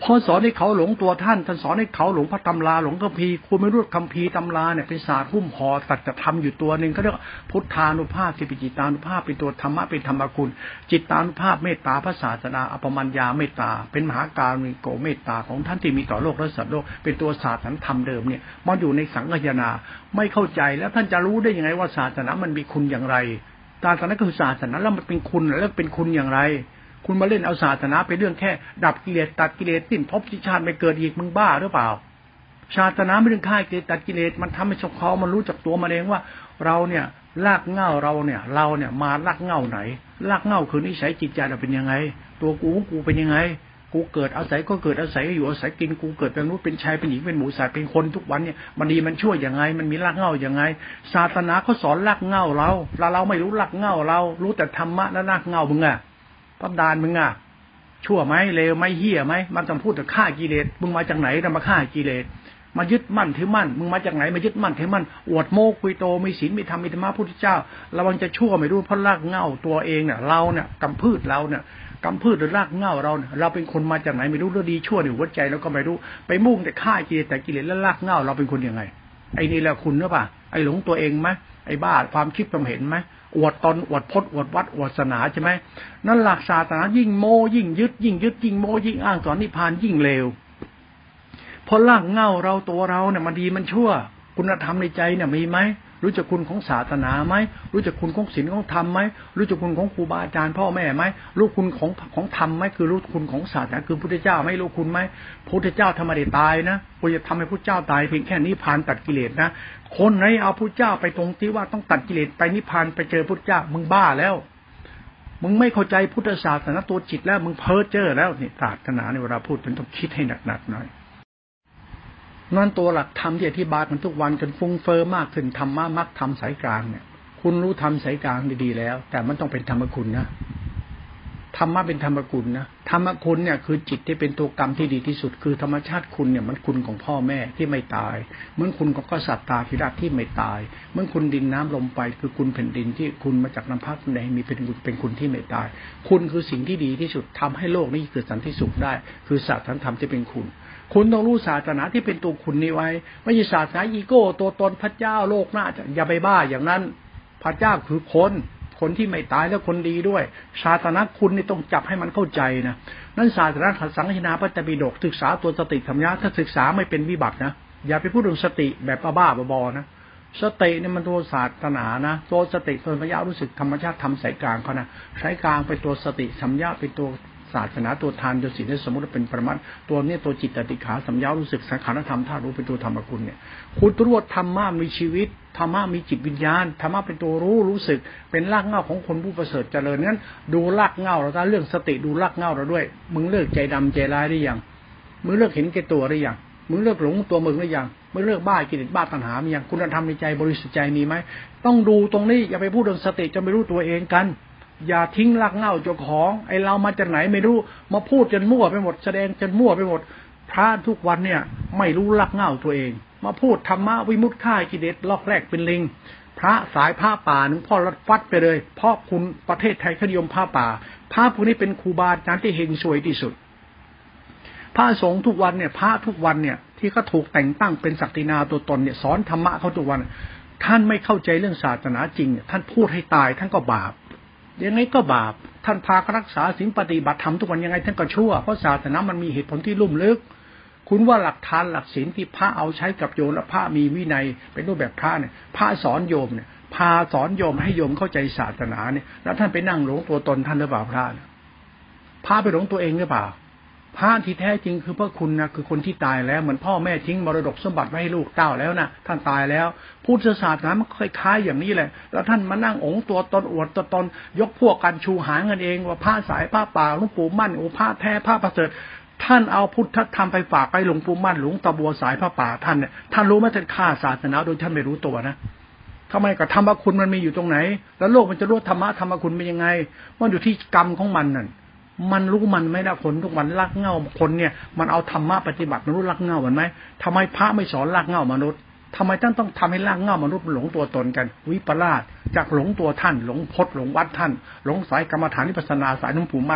พอสอนให้เขาหลงตัวท่านสอนให้เขาหลงพระตำราหลงคัมภีร์คุณไม่รู้คัมภีร์ตำราเนี่ยเป็นศาสตร์หุ้มห่อสัจธรรมอยู่ตัวนึงเขาเรียกพุทธานุภาพที่เป็นจิตานุภาพเป็นตัวธรรมะเป็นธรรมคุณจิตานุภาพเมตตาพระศาสนาอภมัญญาเมตตาเป็นมหาการุณิโกเมตตาของท่านที่มีต่อโลกและสัตว์โลกเป็นตัวศาสตร์ธรรมเดิมเนี่ยมันอยู่ในสังฆยนาไม่เข้าใจแล้วท่านจะรู้ได้ยังไงว่าศาสนามันมีคุณอย่างไรศาสนาคือศาสนาแล้วมันเป็นคุณแล้วเป็นคุณอย่างไรคุณมาเล่นเอาศาสนาเป็นเรื่องแค่ดับกิเลสตัดกิเลสสิ้นภพชาติไม่เกิดอีกมึงบ้าหรือเปล่าศาสนาไม่เรื่องฆ่ากิเลสตัดกิเลสมันทำให้ชาวเขามันรู้จักตัวมันเองว่าเราเนี่ยรากเหง้าเราเนี่ยมารากเหง้าไหนรากเหง้าคือนิสัยจิตใจเราเป็นยังไงตัวกูเป็นยังไงกูเกิดอาศัยก็เกิดอาศัยอยู่อาศัยกินกูเกิดเป็นมนุษย์เป็นชายเป็นหญิงเป็นหมูสัตว์เป็นคนทุกวันเนี่ยมันดีมันชั่วยังไงมันมีรากเหง้ายังไงศาสนาเขาสอนรากเหง้าเราไม่รู้รากเหง้าเรารู้แต่ธรรมะและรากเหง้ามึงอะพับดานมึงอ่ะชั่วไหมเลวไหมเหี้ยไหมมันต้องพูดแต่ฆ่ากิเลสมึงมาจากไหนจะมาฆ่ากิเลสมายึดมั่นถือมั่นมึงมาจากไหนมายึดมั่นถือมั่นอวดโม้คุยโตมีศีลมีธรรมมีธรรมะพุทธเจ้าระวังจะชั่วไม่รู้เพราะรากเหง้าตัวเองเนี่ยเราเนี่ยกำพืชเราเนี่ยกำพืชหรือรากเหง้าเราเนี่ยเราเป็นคนมาจากไหนไม่รู้เรื่องดีชั่วในหัวใจเราก็ไม่รู้ไปมุ่งแต่ฆ่ากิเลสแต่กิเลสแล้วรากเหง้าเราเป็นคนยังไงไอ้นี่แหละคุณหรือเปล่าไอ้หลงตัวเองไหมไอ้บ้าความคิดความเห็นไหมอวดตนอวดพจน์อวดวัดอวดศาสนาใช่ไหมนั่นหลักศาสนายิ่งโมยิ่งยึดยิ่งโมยิ่งอ้างสอนนิพพานยิ่งเลวเพราะรากเหง้าเราตัวเราเนี่ยมันดีมันชั่วคุณธรรมในใจเนี่ยมีไหมรู้จักคุณของศาสนาไหมรู้จักคุณของศีลของธรรมไหมรู้จักคุณของครูบาอาจารย์พ่อแม่ไหมรู้คุณของธรรมไหมคือรู้คุณของศาสนาคือพุทธเจ้าไม่รู้คุณไหมพุทธเจ้าทำไมได้ตายนะคุณจะทำให้พุทธเจ้าตายเพียงแค่นิพพานตัดกิเลสนะคนไหนเอาพุทธเจ้าไปตรงที่ว่าต้องตัดกิเลสไปนิพพานไปเจอพุทธเจ้ามึงบ้าแล้วมึงไม่เข้าใจพุทธศาสนาตัวจิตแล้วมึงเพ้อเจ้อแล้วนี่ศาสนาในเวลาพูดต้องคิดให้หนักๆหน่อยนั่นตัวหลักธรรมที่อธิบายกันทุกวันจนฟุ้งเฟ้อมากขึ้นธรรมะมรรคธรรมสายกลางเนี่ยคุณรู้ธรรมสายกลางดีๆแล้วแต่มันต้องเป็นธรรมคุณนะธรรมะเป็นธรรมคุณนะธรรมคุณเนี่ยคือจิตที่เป็นตัวกรรมที่ดีที่สุดคือธรรมชาติคุณเนี่ยมันคุณของพ่อแม่ที่ไม่ตายเหมือนคุณของกษัตริย์ตาธิราชที่ไม่ตายเหมือนคุณดินน้ำลมไฟคือคุณแผ่นดินที่คุณมาจากน้ำพักน้ำแดงมีเป็นคุณที่ไม่ตายคุณคือสิ่งที่ดีที่สุดทำให้โลกนี้เกิดสันติสุขได้คือศาสตร์ธรรมที่เป็นคุณต้องรู้ศาสนาที่เป็นตัวคุณนี้ไว้ไม่ใช่ศาสนาอีโก้ตัวตนพระเจ้าโลกหน้าจะอย่าไปบ้าอย่างนั้นพระเจ้าคือคนที่ไม่ตายแล้วคนดีด้วยศาสนาคุณนี่ต้องจับให้มันเข้าใจนะนั่นศาสนาสังฆนาพระไตรปิฎกศึกษาตัวสติสัมยาถ้าศึกษาไม่เป็นวิบัตินะอย่าไปพูดถึงสติแบบบ้าๆบอๆนะสติเนี่ยมันตัวศาสนานะตัวสติตัวสัมยารู้สึกธรรมชาติทำสายกลางเขานะสายกลางเป็นตัวสติสัมยาเป็นตัวศาสนาตัวทานตัวศีลสมมติเป็นปรมัตถ์ตัวนี้ตัวจิตติขาสัมยารู้สึกสังขารธรรมธาตุรู้เป็นตัวธรรมคุณเนี่ยคุณตรวจธรรมะมีชีวิตธรรมะมีจิตวิญญาณธรรมะเป็นตัวรู้สึกเป็นรากเหง้าของคนผู้ประเสริฐเจริญนั้นดูรากเหง้าเราถ้าเรื่องสติดูรากเหง้าเราด้วยมึงเลิกใจดำใจร้ายได้ยังมึงเลิกเห็นแก่ตัวได้ยังมึงเลิกหลงตัวมึงได้ยังมึงเลิกบ้ากิเลสบ้าตัณหามียังคุณธรรมในใจบริสุทธิ์ใจมีไหมต้องดูตรงนี้อย่าไปพูดเรื่องสติจะไม่รู้ตัวเองกันอย่าทิ้งรากเหง้าเจ้าของไอ้เรามาจากไหนไม่รู้มาพูดจนมั่วไปหมดแสดงจนมั่วไปหมดพระทุกวันเนี่ยไม่รู้รากเหง้าตัวเองมาพูดธรรมะวิมุตติฆ่ากิเลสลอกแรกเป็นลิงพระสายผ้าป่าหนึ่งพ่อรัดฟัดไปเลยเพราะคุณประเทศไทยเขานิยมผ้าป่าพระพวกนี้เป็นครูบาอาจารย์ที่เฮงสวยที่สุดพระสงฆ์ทุกวันเนี่ยพระทุกวันเนี่ยที่เขาถูกแต่งตั้งเป็นศักดินาตัวตนเนี่ยสอนธรรมะเขาทุกวันท่านไม่เข้าใจเรื่องศาสนาจริงท่านพูดให้ตายท่านก็บาปยังไงก็บาปท่านพารักษาศีลปฏิบัติธรรมทุกวันยังไงท่านก็ชั่วเพราะศาสนามันมีเหตุผลที่ลุ่มลึกคุณว่าหลักทานหลักศีลที่พระเอาใช้กับโยมและพระมีวินัยเป็นรูปแบบพระเนี่ยพระสอนโยมเนี่ยพาสอนโยมให้โยมเข้าใจศาสนาเนี่ยแล้วท่านไปนั่งหลงตัวตนท่านหรือเปล่าพระไปหลงตัวเองหรือเปล่าพระที่แท้จริงคือพระคุณนะคือคนที่ตายแล้วเหมือนพ่อแม่ทิ้งมรดกสมบัติไว้ให้ลูกเต้าแล้วนะท่านตายแล้วพุทธศาสนามันคล้ายๆอย่างนี้แหละแล้วท่านมานั่งองค์ตัวตนอวดตัวตนยกพวกกันชูหาเงินเองว่าพระสายพระป่าหลวงปู่มั่นโอ้พระแท้พระประเสริฐท่านเอาพุทธธรรมไปฝากไปหลวงปู่มั่นหลวงตาบัวสายพระป่าท่านเนี่ยท่านรู้ไหมท่านฆ่าศาสนาโดยท่านไม่รู้ตัวนะทำไมกับธรรมคุณมันมีอยู่ตรงไหนแล้วโลกมันจะรู้ธรรมะธรรมคุณเป็นยังไงมันอยู่ที่กรรมของมันนั่นมันรู้มันไม่ได้คนทุกวันรักเหง้าคนเนี่ยมันเอาธรรมะปฏิบัติมันรู้รักเหง้ามันไหมทำไมพระไม่สอนรักเหง้ามนุษย์ทำไมท่านต้องทำให้รักเหง้ามนุษย์หลงตัวตนกันวิปลาสจากหลงตัวท่านหลงพจน์หลงวัดท่านหลงสายกรรมฐานวิปัสสนาสายหลวงปู่มั่น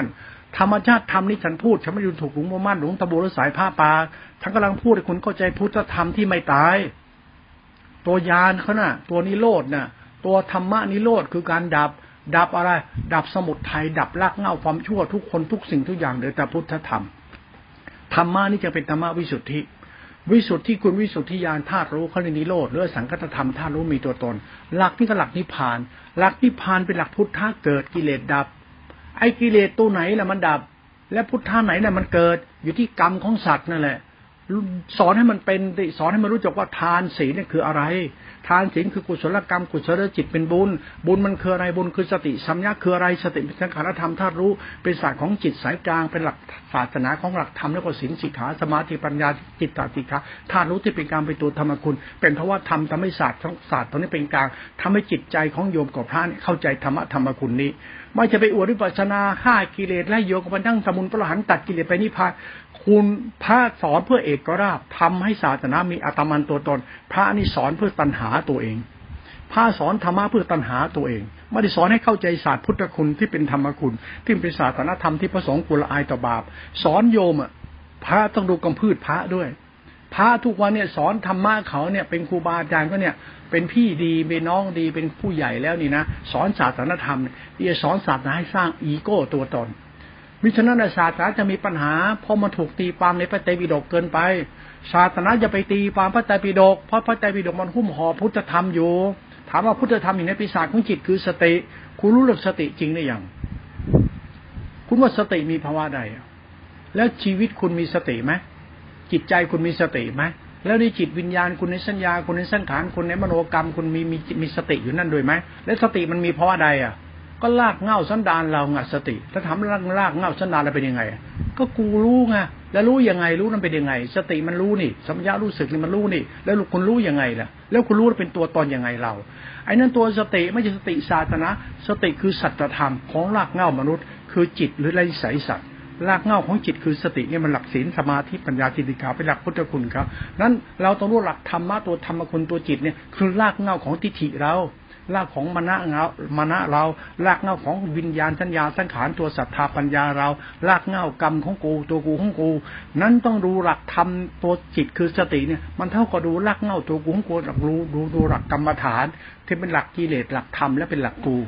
ธรรมชาติธรรมนี่ฉันพูดฉันไม่ดูถูกหลวงพ่อมั่นหลวงตาบัวหรือสายผ้าป่าฉันกำลังพูดให้คุณเข้าใจพุทธธรรมที่ไม่ตายตัวยานเขาน่ะตัวนิโรธน่ะตัวธรรมะนิโรธคือการดับอะไรดับสมุทัยดับรากเหง้าความชั่วทุกคนทุกสิ่งทุกอย่างเหลือแต่พุทธธรรมธรรมะนี่จะเป็นธรรมะวิสุทธิคุณวิสุทธิญาณธาตุรู้เขาเรียกนิโรธหรือสังกัตธรรมธาตุรู้มีตัวตนหลักนี่ก็หลักนิพพานหลักนิพพานเป็นหลักพุทธะเกิดกิเลสดับไอ้กิเลสตัวไหนล่ะมันดับและพุทธะไหนน่ะมันเกิดอยู่ที่กรรมของสัตว์นั่นแหละสอนให้มันเป็นสอนให้มันรู้จักว่าทานศีลเนี่ยคืออะไรทานศีลคือกุศลกรรมกุศลจิตเป็นบุญมันคืออะไรบุญคือสติสัมยาคืออะไรสติเป็นสังขารธรรมธาตุรู้เป็นศาสตร์ของจิตสายกลางเป็นหลักศาสนาของหลักธรรมแล้วก็ศีลสิกขาสมาธิปัญญาจิตตติขาธาตุรู้ที่เป็นกลางเป็นตัวธรรมคุณเป็นเพราะว่าธรรมทำให้ศาสตร์ตรงนี้เป็นกลางทำให้จิตใจของโยมกับพระเข้าใจธรรมคุณนี้ไม่จะไปอวดวิปัสสนาฆ่ากิเลสและโยกกับนั่งสมุนพระหันตัดกิเลสไปนิพพานคุณพระสอนเพื่อเอกราชทำให้ศาสนามีอัตมันตัวตนพระนี่สอนเพื่อตัณหาตัวเองพระสอนธรรมะเพื่อตัณหาตัวเองไม่ได้สอนให้เข้าใจศาสตร์พุทธคุณที่เป็นธรรมคุณที่เป็นศาสนธรรมที่พระสงฆ์กุลอายต่อบาปสอนโยมพระต้องดูกำพืชพระด้วยพระทุกวันเนี่ยสอนธรรมะเขาเนี่ยเป็นครูบาอาจารย์ก็เนี่ยเป็นพี่ดีเป็นน้องดีเป็นผู้ใหญ่แล้วนี่นะสอนศาสนธรรมที่จะสอนศาสนาให้สร้างอีโก้ตัวตนมิฉะนั้นศาสนาจะมีปัญหาเพราะมันถูกตีความในพระไตรปิฎกเกินไปศาสนาจะไปตีความพระไตรปิฎกเพราะพระไตรปิฎกมันหุ้มห่อพุทธธรรมอยู่ถามว่าพุทธธรรมอยู่ในปีศาจของจิตคือสติคุณรู้เรื่องสติจริงหรือยังคุณว่าสติมีภาวะใดแล้วชีวิตคุณมีสติไหมจิตใจคุณมีสติไหมแล้วในจิตวิญญาณคุณในสัญญาคุณในสังขารคุณในมโนกรรมคุณมีสติอยู่นั่นด้วยไหมแล้วสติมันมีภาวะใดก็ลากเหง้าสันดานเราไงสติถ้าทำลากเหง้าสันดานเราเป็นยังไงก็กูรู้ไงแล้วรู้ยังไงรู้มันเป็นยังไงสติมันรู้นี่สัมยารู้สึกนี่มันรู้นี่แล้วคุณรู้ยังไงล่ะแล้วคุณรู้เป็นตัวตนยังไงเราไอ้นั่นตัวสติไม่ใช่สติศาสนาสติคือสัจธรรมของรากเหง้ามนุษย์คือจิตหรือไรไสยสัตว์รากเหง้าของจิตคือสติเนี่ยมันหลักศีลสมาธิปัญญาจิตติขาเป็นหลักพุทธคุณครับนั้นเราต้องรู้หลักธรรมะตัวธรรมคุณตัวจิตเนี่ยคือรากเหง้าของทิฏฐิเรารากของมณะเรารากเหง้าของวิญญาณสัญญาสังขารตัวศรัทธาปัญญาเรารากเหง้ากรรมของกูตัวกูของกูนั้นต้องดูหลักธรรมตัวจิตคือสติเนี่ยมันเท่ากับดูรากเหง้าตัวกูของกูหลักรู้ดูหลักกรรมฐานที่เป็นหลักกิเลสหลักธรรมและเป็นหลักกู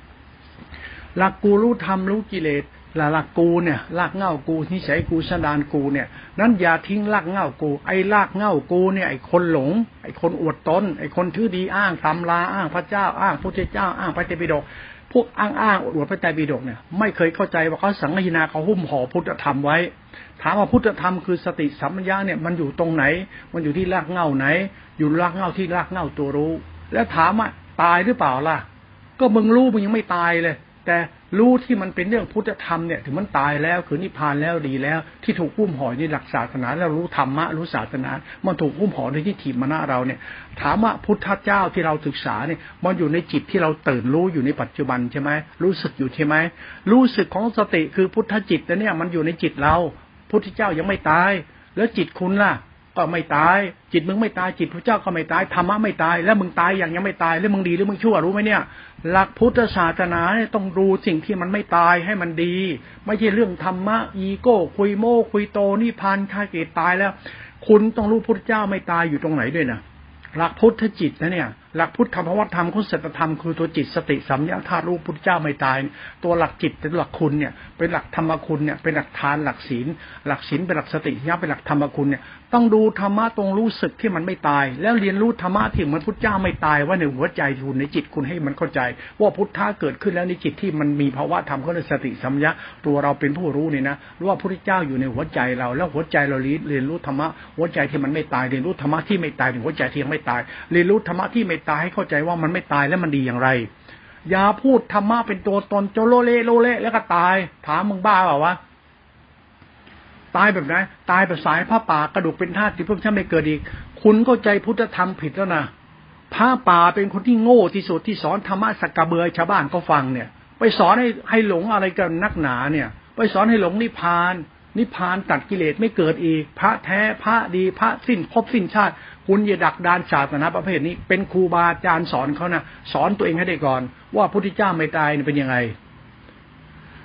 รู้ธรรมรู้กิเลสหลักกูเนี่ยรากเหง้ากูนิสัยกูสันดานกูเนี่ยนั้นอย่าทิ้งรากเหง้ากูไอ้รากเหง้ากูเนี่ยไอ้คนหลงไอ้คนอวดตนไอ้คนถือดีอ้างตำราอ้างพระเจ้าอ้างพุทธเจ้าอ้างพระไตรปิฎกพวกอ้างอวดพระไตรปิฎกเนี่ยไม่เคยเข้าใจว่าเขาสังฆนาเขาหุ้มห่อพุทธธรรมไว้ถามว่าพุทธธรรมคือสติสัมปชัญญะเนี่ยมันอยู่ตรงไหนมันอยู่ที่รากเหง้าไหนอยู่รากเหง้าที่รากเหง้าตัวรู้แล้วถามว่าตายหรือเปล่าล่ะก็มึงรู้มึงยังไม่ตายเลยแต่รู้ที่มันเป็นเรื่องพุทธธรรมเนี่ยถึงมันตายแล้วคือนิพพานแล้วดีแล้วที่ถูกหุ้มห่อในหลักศาสนาแล้วรู้ธรรมะรู้ศาสนามันถูกหุ้มห่อในทิฏฐิมรณะเราเนี่ยถามว่าพุทธเจ้าที่เราศึกษาเนี่ยมันอยู่ในจิตที่เราตื่นรู้อยู่ในปัจจุบันใช่ไหมรู้สึกอยู่ใช่ไหมรู้สึกของสติคือพุทธจิตเนี่ยมันอยู่ในจิตเราพุทธเจ้ายังไม่ตายแล้วจิตคุณล่ะก็ไม่ตายจิตมึงไม่ตายจิตพระเจ้าก็ไม่ตายธรรมะไม่ตายแล้วมึงตายยังไม่ตายแล้วมึงดีหรือมึงชั่วรู้ไหมเนี่ยหลักพุทธศาสนาเนี่ยต้องดูสิ่งที่มันไม่ตายให้มันดีไม่ใช่เรื่องธรรมะอีโก้คุยโม้คุยโตนิพพานฆ่ากิเลสตายแล้วคุณต้องรู้พุทธเจ้าไม่ตายอยู่ตรงไหนด้วยนะหลักพุทธจิตนะเนี่ยหลักพุทธธรรมวัฒนธรรมของสัจธรรมคือตัวจิตสติสัมยาธาตุรู้พุทธเจ้าไม่ตายตัวหลักจิตเป็นหลักคุณเนี่ยเป็นหลักธรรมคุณเนี่ยเป็นหลักทานหลักศีลเป็นหลักสติสัมยาเป็นหลักธรรมคุณเนี่ยต้องดูธรรมะตรงรู้สึกที่มันไม่ตายแล้วเรียนรู้ธรรมะที่เหมือนพุทธเจ้าไม่ตายว่าในหัวใจคุณในจิตคุณให้มันเข้าใจว่าพุทธะเกิดขึ้นแล้วในจิตที่มันมีภาวะธรรมก็เลยสติสัมยาตัวเราเป็นผู้รู้นี่นะรู้ว่าพุทธเจ้าอยู่ในหัวใจเราแล้วหัวใจเราเรียนรู้ธรรมะหัวใจที่มันไม่ตายเรียนรู้ธรรมะที่ไม่ตายถึงหัวใจที่ยังไม่ตายเรียนรู้ธรรมะที่ไม่ตายให้เข้าใจว่ามันไม่ตายแล้วมันดีอย่างไรอย่าพูดธรรมะเป็นตัวตนโจโลเลแล้วก็ตายถามมึงบ้าเปล่าวะตายแบบไหนตายแบบสายผ้าป่ากระดูกเป็นธาตุที่พวกฉันไม่เกิดอีกคุณเข้าใจพุทธธรรมผิดแล้วนะผ้าป่าเป็นคนที่โง่ที่สุดที่สอนธรรมะสักกระเบือชาวบ้านก็ฟังเนี่ยไปสอนให้หลงอะไรกันนักหนาเนี่ยไปสอนให้หลงนิพพานตัดกิเลสไม่เกิดอีกพระแท้พระดีพระสิ้นภพสิ้นชาติคุณอย่าดักดานศาสนาประเภทนี้เป็นครูบาอาจารย์สอนเขานะสอนตัวเองให้ได้ก่อนว่าพระพุทธเจ้าไม่ตายเป็นยังไง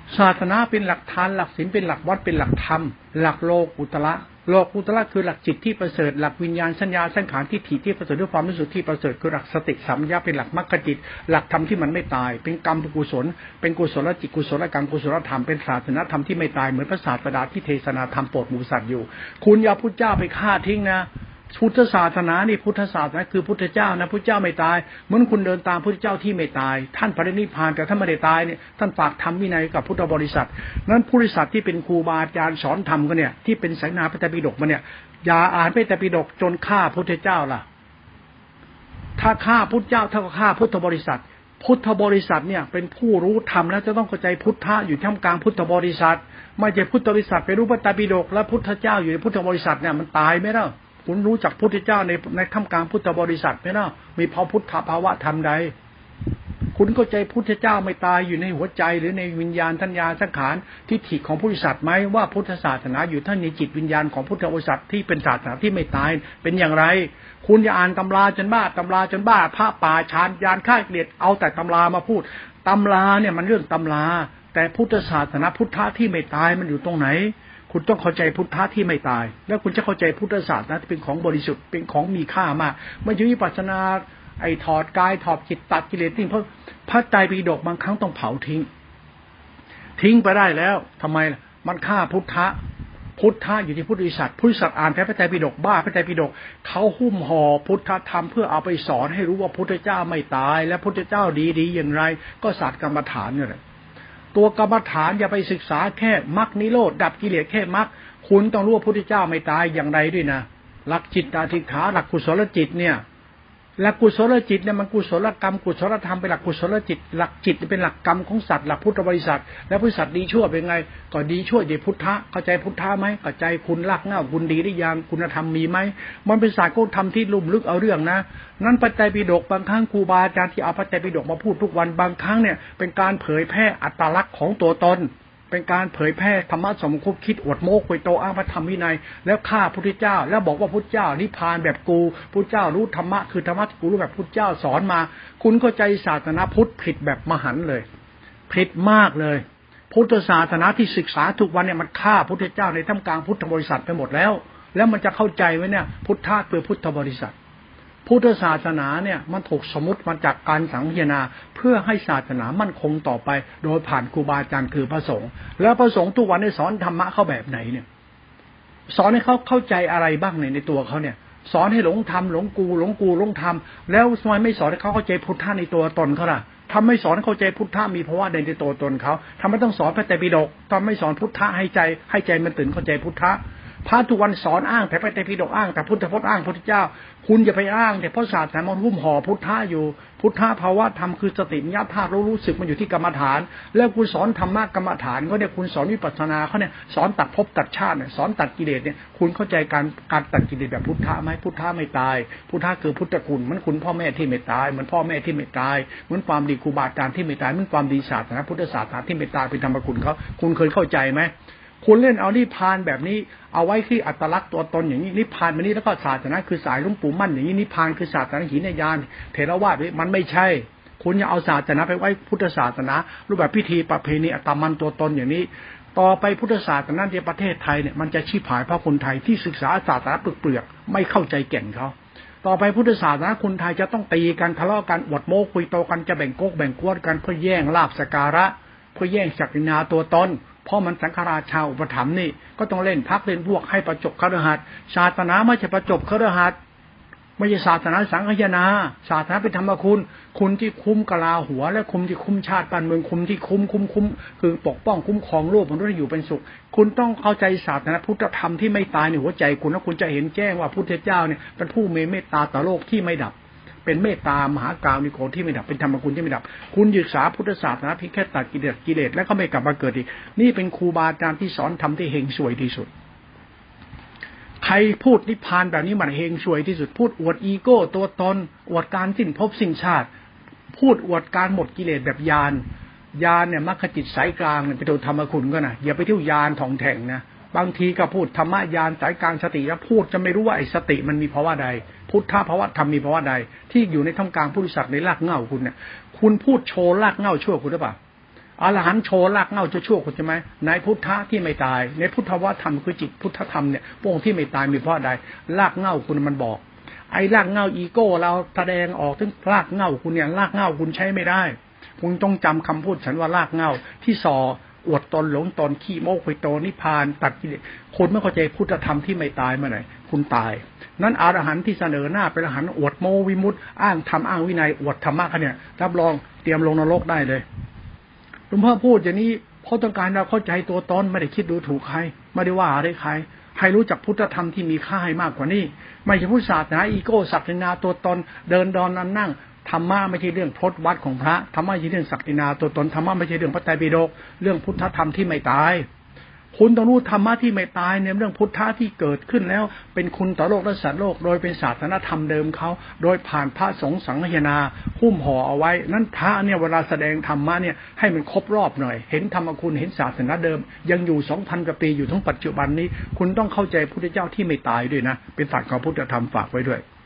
ศาสนาเป็นหลักทานหลักศีลเป็นหลักวัดเป็นหลักธรรมหลักโลกุตระโลกุตระคือหลักจิตที่ประเสริฐหลักวิญญาณสัญญาสังขารทิฏฐิที่ประเสริฐด้วยความรู้สึกที่ประเสริฐคือหลักสติสัมยาเป็นหลักมรรคจิตหลักธรรมที่มันไม่ตายเป็นกรรมกุศลเป็นกุศลจิตกุศลกรรมกุศลธรรมเป็นศาสนธรรมที่ไม่ตายเหมือนพระศาสดาที่เทศนาธรรมโปรดหมู่สัตว์อยู่คุณอย่าพุทธเจ้าไปฆ่าทิ้งนะพุทธศาสนานี่พุทธศาสนาคือพุทธเจ้านะพุทธเจ้าไม่ตายเหมือนคุณเดินตามพุทธเจ้าที่ไม่ตายท่านปรินิพพานแต่ท่านไม่ได้ตายเนี่ยท่านฝากธรรมวินัยกับพุทธบริษัทนั้นผู้บริษัทที่เป็นครูบาอาจารย์สอนธรรมกันเนี่ยที่เป็นไสนาพระไตรปิฎกมาเนี่ยอย่าอ่านพระไตรปิฎกจนฆ่าพุทธเจ้าล่ะถ้าฆ่าพุทธเจ้าเท่ากับฆ่าพุทธบริษัทพุทธบริษัทเนี่ยเป็นผู้รู้ธรรมแล้วจะต้องเข้าใจพุทธะอยู่ท่ามกลางพุทธบริษัทไม่ใช่พุทธบริษัทไปรู้พระไตรปิฎกแล้วพุทธเจ้าอยู่ในพุทธบริษัทเนี่ยมันตายไหมล่ะคุณรู้จักพุทธเจ้าในท่ามกลางพุทธบริษัทไหมล่ะมีพระพุทธภาวะธรรมใดคุณเข้าใจพุทธเจ้าไม่ตายอยู่ในหัวใจหรือในวิญญาณทัญญาสังขารทิฏฐิของพุทธศาสนาไหมว่าพุทธศาสนาอยู่ท่านในจิตวิญญาณของพุทธบริษัทที่เป็นศาสนาที่ไม่ตายเป็นอย่างไรคุณอย่าอ่านตำราจนบ้าตำราจนบ้าพระป่าชานยานฆ่าเกลียดเอาแต่ตำรามาพูดตำราเนี่ยมันเรื่องตำราแต่พุทธศาสนาพุทธะที่ไม่ตายมันอยู่ตรงไหนคุณต้องเข้าใจพุทธะที่ไม่ตายแล้วคุณจะเข้าใจพุทธศาสนาที่เป็นของบริสุทธิ์เป็นของมีค่ามากไม่ใช่วิปัสสนาไอ้ถอดกายถอดจิตตัดกิเลสทิ้งเพราะพระไตรปิฎกบางครั้งต้องเผาทิ้งไปได้แล้วทำไมมันฆ่าพุทธะอยู่ที่พุทธบริษัทอ่านพระไตรปิฎกบ้าพระไตรปิฎกเขาหุ้มห่อพุทธธรรมเพื่อเอาไปสอนให้รู้ว่าพุทธเจ้าไม่ตายและพุทธเจ้าดีอย่างไรก็ศาสตร์กรรมฐานเนี่ยแหละตัวกรรมฐานอย่าไปศึกษาแค่มรรคนิโรธดับกิเลสแค่มรรคคุณต้องรู้ว่าพุทธเจ้าไม่ตายอย่างไรด้วยนะหลักจิตตาธิขาหลักกุศลจิตเนี่ยหลักกุศลจิตเนี่ยมันกุศลกรรมกุศลธรรมเป็นหลักกุศลจิตหลักจิตเป็นหลักกรรมของสัตว์หลักพุทธบริษัทและบริษัทดีชั่วเป็นไงก็ดีชั่วอยู่พุทธะเข้าใจพุทธะไหมเข้าใจคุณรากเหง้าคุณดีหรือยังคุณธรรมมีไหมมันเป็นศาสตร์ของธรรมที่ลุ่มลึกเอาเรื่องนะนั้นพระไตรปิฎกบางครั้งครูบาอาจารย์ที่เอาพระไตรปิฎกมาพูดทุกวันบางครั้งเนี่ยเป็นการเผยแพร่อัตลักษณ์ของตัวตนเป็นการเผยแพร่ธรรมะสมคบคิดอวดโม้คุยโตอ้างพระธรรมวินัยแล้วฆ่าพระพุทธเจ้าแล้วบอกว่าพุทธเจ้านิพพานแบบกูพุทธเจ้ารู้ธรรมะคือธรรมะกูรู้แบบพุทธเจ้าสอนมาคุณเข้าใจศาสนาพุทธผิดแบบมหันต์เลยผิดมากเลยพุทธศาสนาที่ศึกษาทุกวันเนี่ยมันฆ่าพุทธเจ้าในท่ามกลางพุทธบริษัทไปหมดแล้วมันจะเข้าใจไหมเนี่ยพุทธะคือพุทธบริษัทพุทธศาสนาเนี่ยมันถูกสมมติมาจากการสังคายนาเพื่อให้ศาสนามั่นคงต่อไปโดยผ่านครูบาอาจารย์คือพระสงฆ์แล้วพระสงฆ์ทุกวันได้สอนธรรมะเขาแบบไหนเนี่ยสอนให้เขาเข้าใจอะไรบ้างในตัวเขาเนี่ยสอนให้หลงธรรมหลงกูหลงธรรมแล้วทำไมไม่สอนให้เขาเข้าใจพุทธะในตัวตนเขาล่ะทำไม่สอนเข้าใจพุทธะมีภาวะในตัวตนเขาทำไมต้องสอนพระไตรปิฎกทำไม่สอนพุทธะให้ใจมันตื่นเข้าใจพุทธะพระทุกวันสอนอ้างแต่พระไตรปิฎกอ้างแต่พุทธพจน์อ้างพุทธเจ้าคุณอย่าไปอ้างแต่เพราะศาสนามันหุ้มห่อพุทธะอยู่พุทธะภาวะธรรมคือสติญาณธาตุรู้สึกมันอยู่ที่กรรมฐานแล้วคุณสอนธรรมะกรรมฐานเขาเนี่ยคุณสอนวิปัสสนาเขาเนี่ยสอนตัดภพตัดชาติเนี่ยสอนตัดกิเลสเนี่ยคุณเข้าใจการตัดกิเลสแบบพุทธะไหมพุทธะไม่ตายพุทธะคือพุทธคุณมันคุณพ่อแม่ที่ไม่ตายเหมือนพ่อแม่ที่ไม่ตายเหมือนความดีครูบาอาจารย์ที่ไม่ตายเหมือนความดีศาสนาพุทธศาสนาที่ไม่ตายเป็นธรรมคุณเขาคุณเคยเข้าใจไหมคุณเล่นเอานิพพานแบบนี้เอาไว้ที่อัตลักษณ์ตัวตนอย่างนี้นิพพานแบบนี้แล้วก็ศาสนาคือสายหลวงปู่มั่นอย่างนี้นิพพานคือศาสนาหินญาณเถรวาทมันไม่ใช่คุณอย่าเอาศาสนาไปไว้พุทธศาสนารูปแบบพิธีประเพณีอัตมันตัวตนอย่างนี้ต่อไปพุทธศาสนาในประเทศไทยเนี่ยมันจะชีพหายเพราะคนไทยที่ศึกษาศาสนาเปลือกไม่เข้าใจแก่นเขาต่อไปพุทธศาสนาคนไทยจะต้องตีกันทะเลาะกันอวดโม้คุยโตกันจะแบ่งก๊กแบ่งกวดกันเพื่อแย่งลาภสักการะเพื่อแย่งศักดินาตัวตนเพราะมันสังฆราชาอุปถัมภ์นี่ก็ต้องเล่นพักเล่นพวกให้ประจบคฤหัสถ์ศาสนาไม่ใช่ประจบคฤหัสถ์ไม่ใช่ศาสนาสังฆยนาศาสนาเป็นธรรมคุณที่คุ้มกลาหัวและคุมที่คุ้มชาติบ้านเมืองคุมที่คุ้มคือปกป้องคุ้มครองโลกมนุษย์ให้อยู่เป็นสุขคุณต้องเข้าใจศาสนาพุทธธรรมที่ไม่ตายในหัวใจคุณแล้วคุณจะเห็นแจ้งว่าพุทธเจ้าเนี่ยเป็นผู้มีเมตตาต่อโลกที่ไม่ดับเป็นเมตตามหากรุณาธิคุณที่ไม่ดับเป็นธรรมคุณที่ไม่ดับคุณศึกษาพุทธศาสนาเพียงแค่ตัดกิเลสแล้วก็ไม่กลับมาเกิดอีกนี่เป็นครูบาอาจารย์ที่สอนธรรมที่เฮงสวยที่สุดใครพูดนิพพานแบบนี้มันเฮงสวยที่สุดพูดอวดอีโก้ตัวตนอวดการสิ้นภพสิ้นชาติพูดอวดการหมดกิเลสแบบญาณเนี่ยมรรคจิตสายกลางเนี่ยไปดูธรรมคุณก็นะอย่าไปเที่ยวญาณทองแท่งนะบางทีก็พูดธรรมะญาณสายกลางสติแล้วพูดจะไม่รู้ว่าไอ้สติมันมีภาวะใดพุทธภาวะธรรมมีภาวะใดที่อยู่ในท่ามกลางผู้ศักดิ์ในรากเหง้าคุณเนี่ยคุณพูดโชว์รากเหง้าชั่วคุณหรือเปล่าอรหันต์โชว์รากเหง้าจะชั่วคุณใช่ไหมในพุทธะที่ไม่ตายในพุทธวธรรมคือจิตพุทธธรรมเนี่ยพระองค์ที่ไม่ตายมีเพราะใดรากเหง้าคุณมันบอกไอ้รากเหง้าอีโก้เราแสดงออกถึงรากเหง้าคุณเนี่ยรากเหง้าคุณใช้ไม่ได้คุณต้องจำคำพูดฉันว่ารากเหง้าที่ส่ออวดตนหลงตนขี้โม้คุยโตนิพพานตัดกิเลสคนไม่เข้าใจพุทธธรรมที่ไม่ตายเมื่อไหร่คุณตายนั้นอรหันต์ที่เสนอหน้าเป็นอรหันต์อวดโมวิมุตต์อ้างธรรมอ้างวินัยอวดธรรมะกันเนี่ยรับรองเตรียมลงนรกได้เลยหลวงพ่อพูดอย่างนี้เพราะต้องการเราเข้าใจตัวตนไม่ได้คิดดูถูกใครไม่ได้ว่าอะไรใครให้รู้จักพุทธธรรมที่มีค่าให้มากกว่านี้ไม่ใช่พุทธศาสนาอีโก้ศักดินาตัวตนเดินดอนนั่งธรรมะไม่ใช่เรื่องพจน์วัดของพระธรรมะไม่ใช่เรื่องศักดินาตัวตนธรรมะไม่ใช่เรื่องพระไตรปิฎกเรื่องพุทธธรรมที่ไม่ตายคุณต้องรู้ธรรมะที่ไม่ตายในเรื่องพุทธะที่เกิดขึ้นแล้วเป็นคุณต่อโลกและสัตว์โลกโดยเป็นศาสนธรรมเดิมเขาโดยผ่านพระสงฆ์สังฆนาหุ้มห่อเอาไว้นั่นพระเนี่ยเวลาแสดงธรรมะเนี่ยให้มันครบรอบหน่อยเห็นธรรมคุณเห็นศาสนาเดิมยังอยู่ 2,000 กว่าปีอยู่ทั้งปัจจุบันนี้คุณต้องเข้าใจพุทธเจ้าที่ไม่ตายด้วยนะเป็นศาสตร์ของพุทธธรรมฝากไว้ด้วย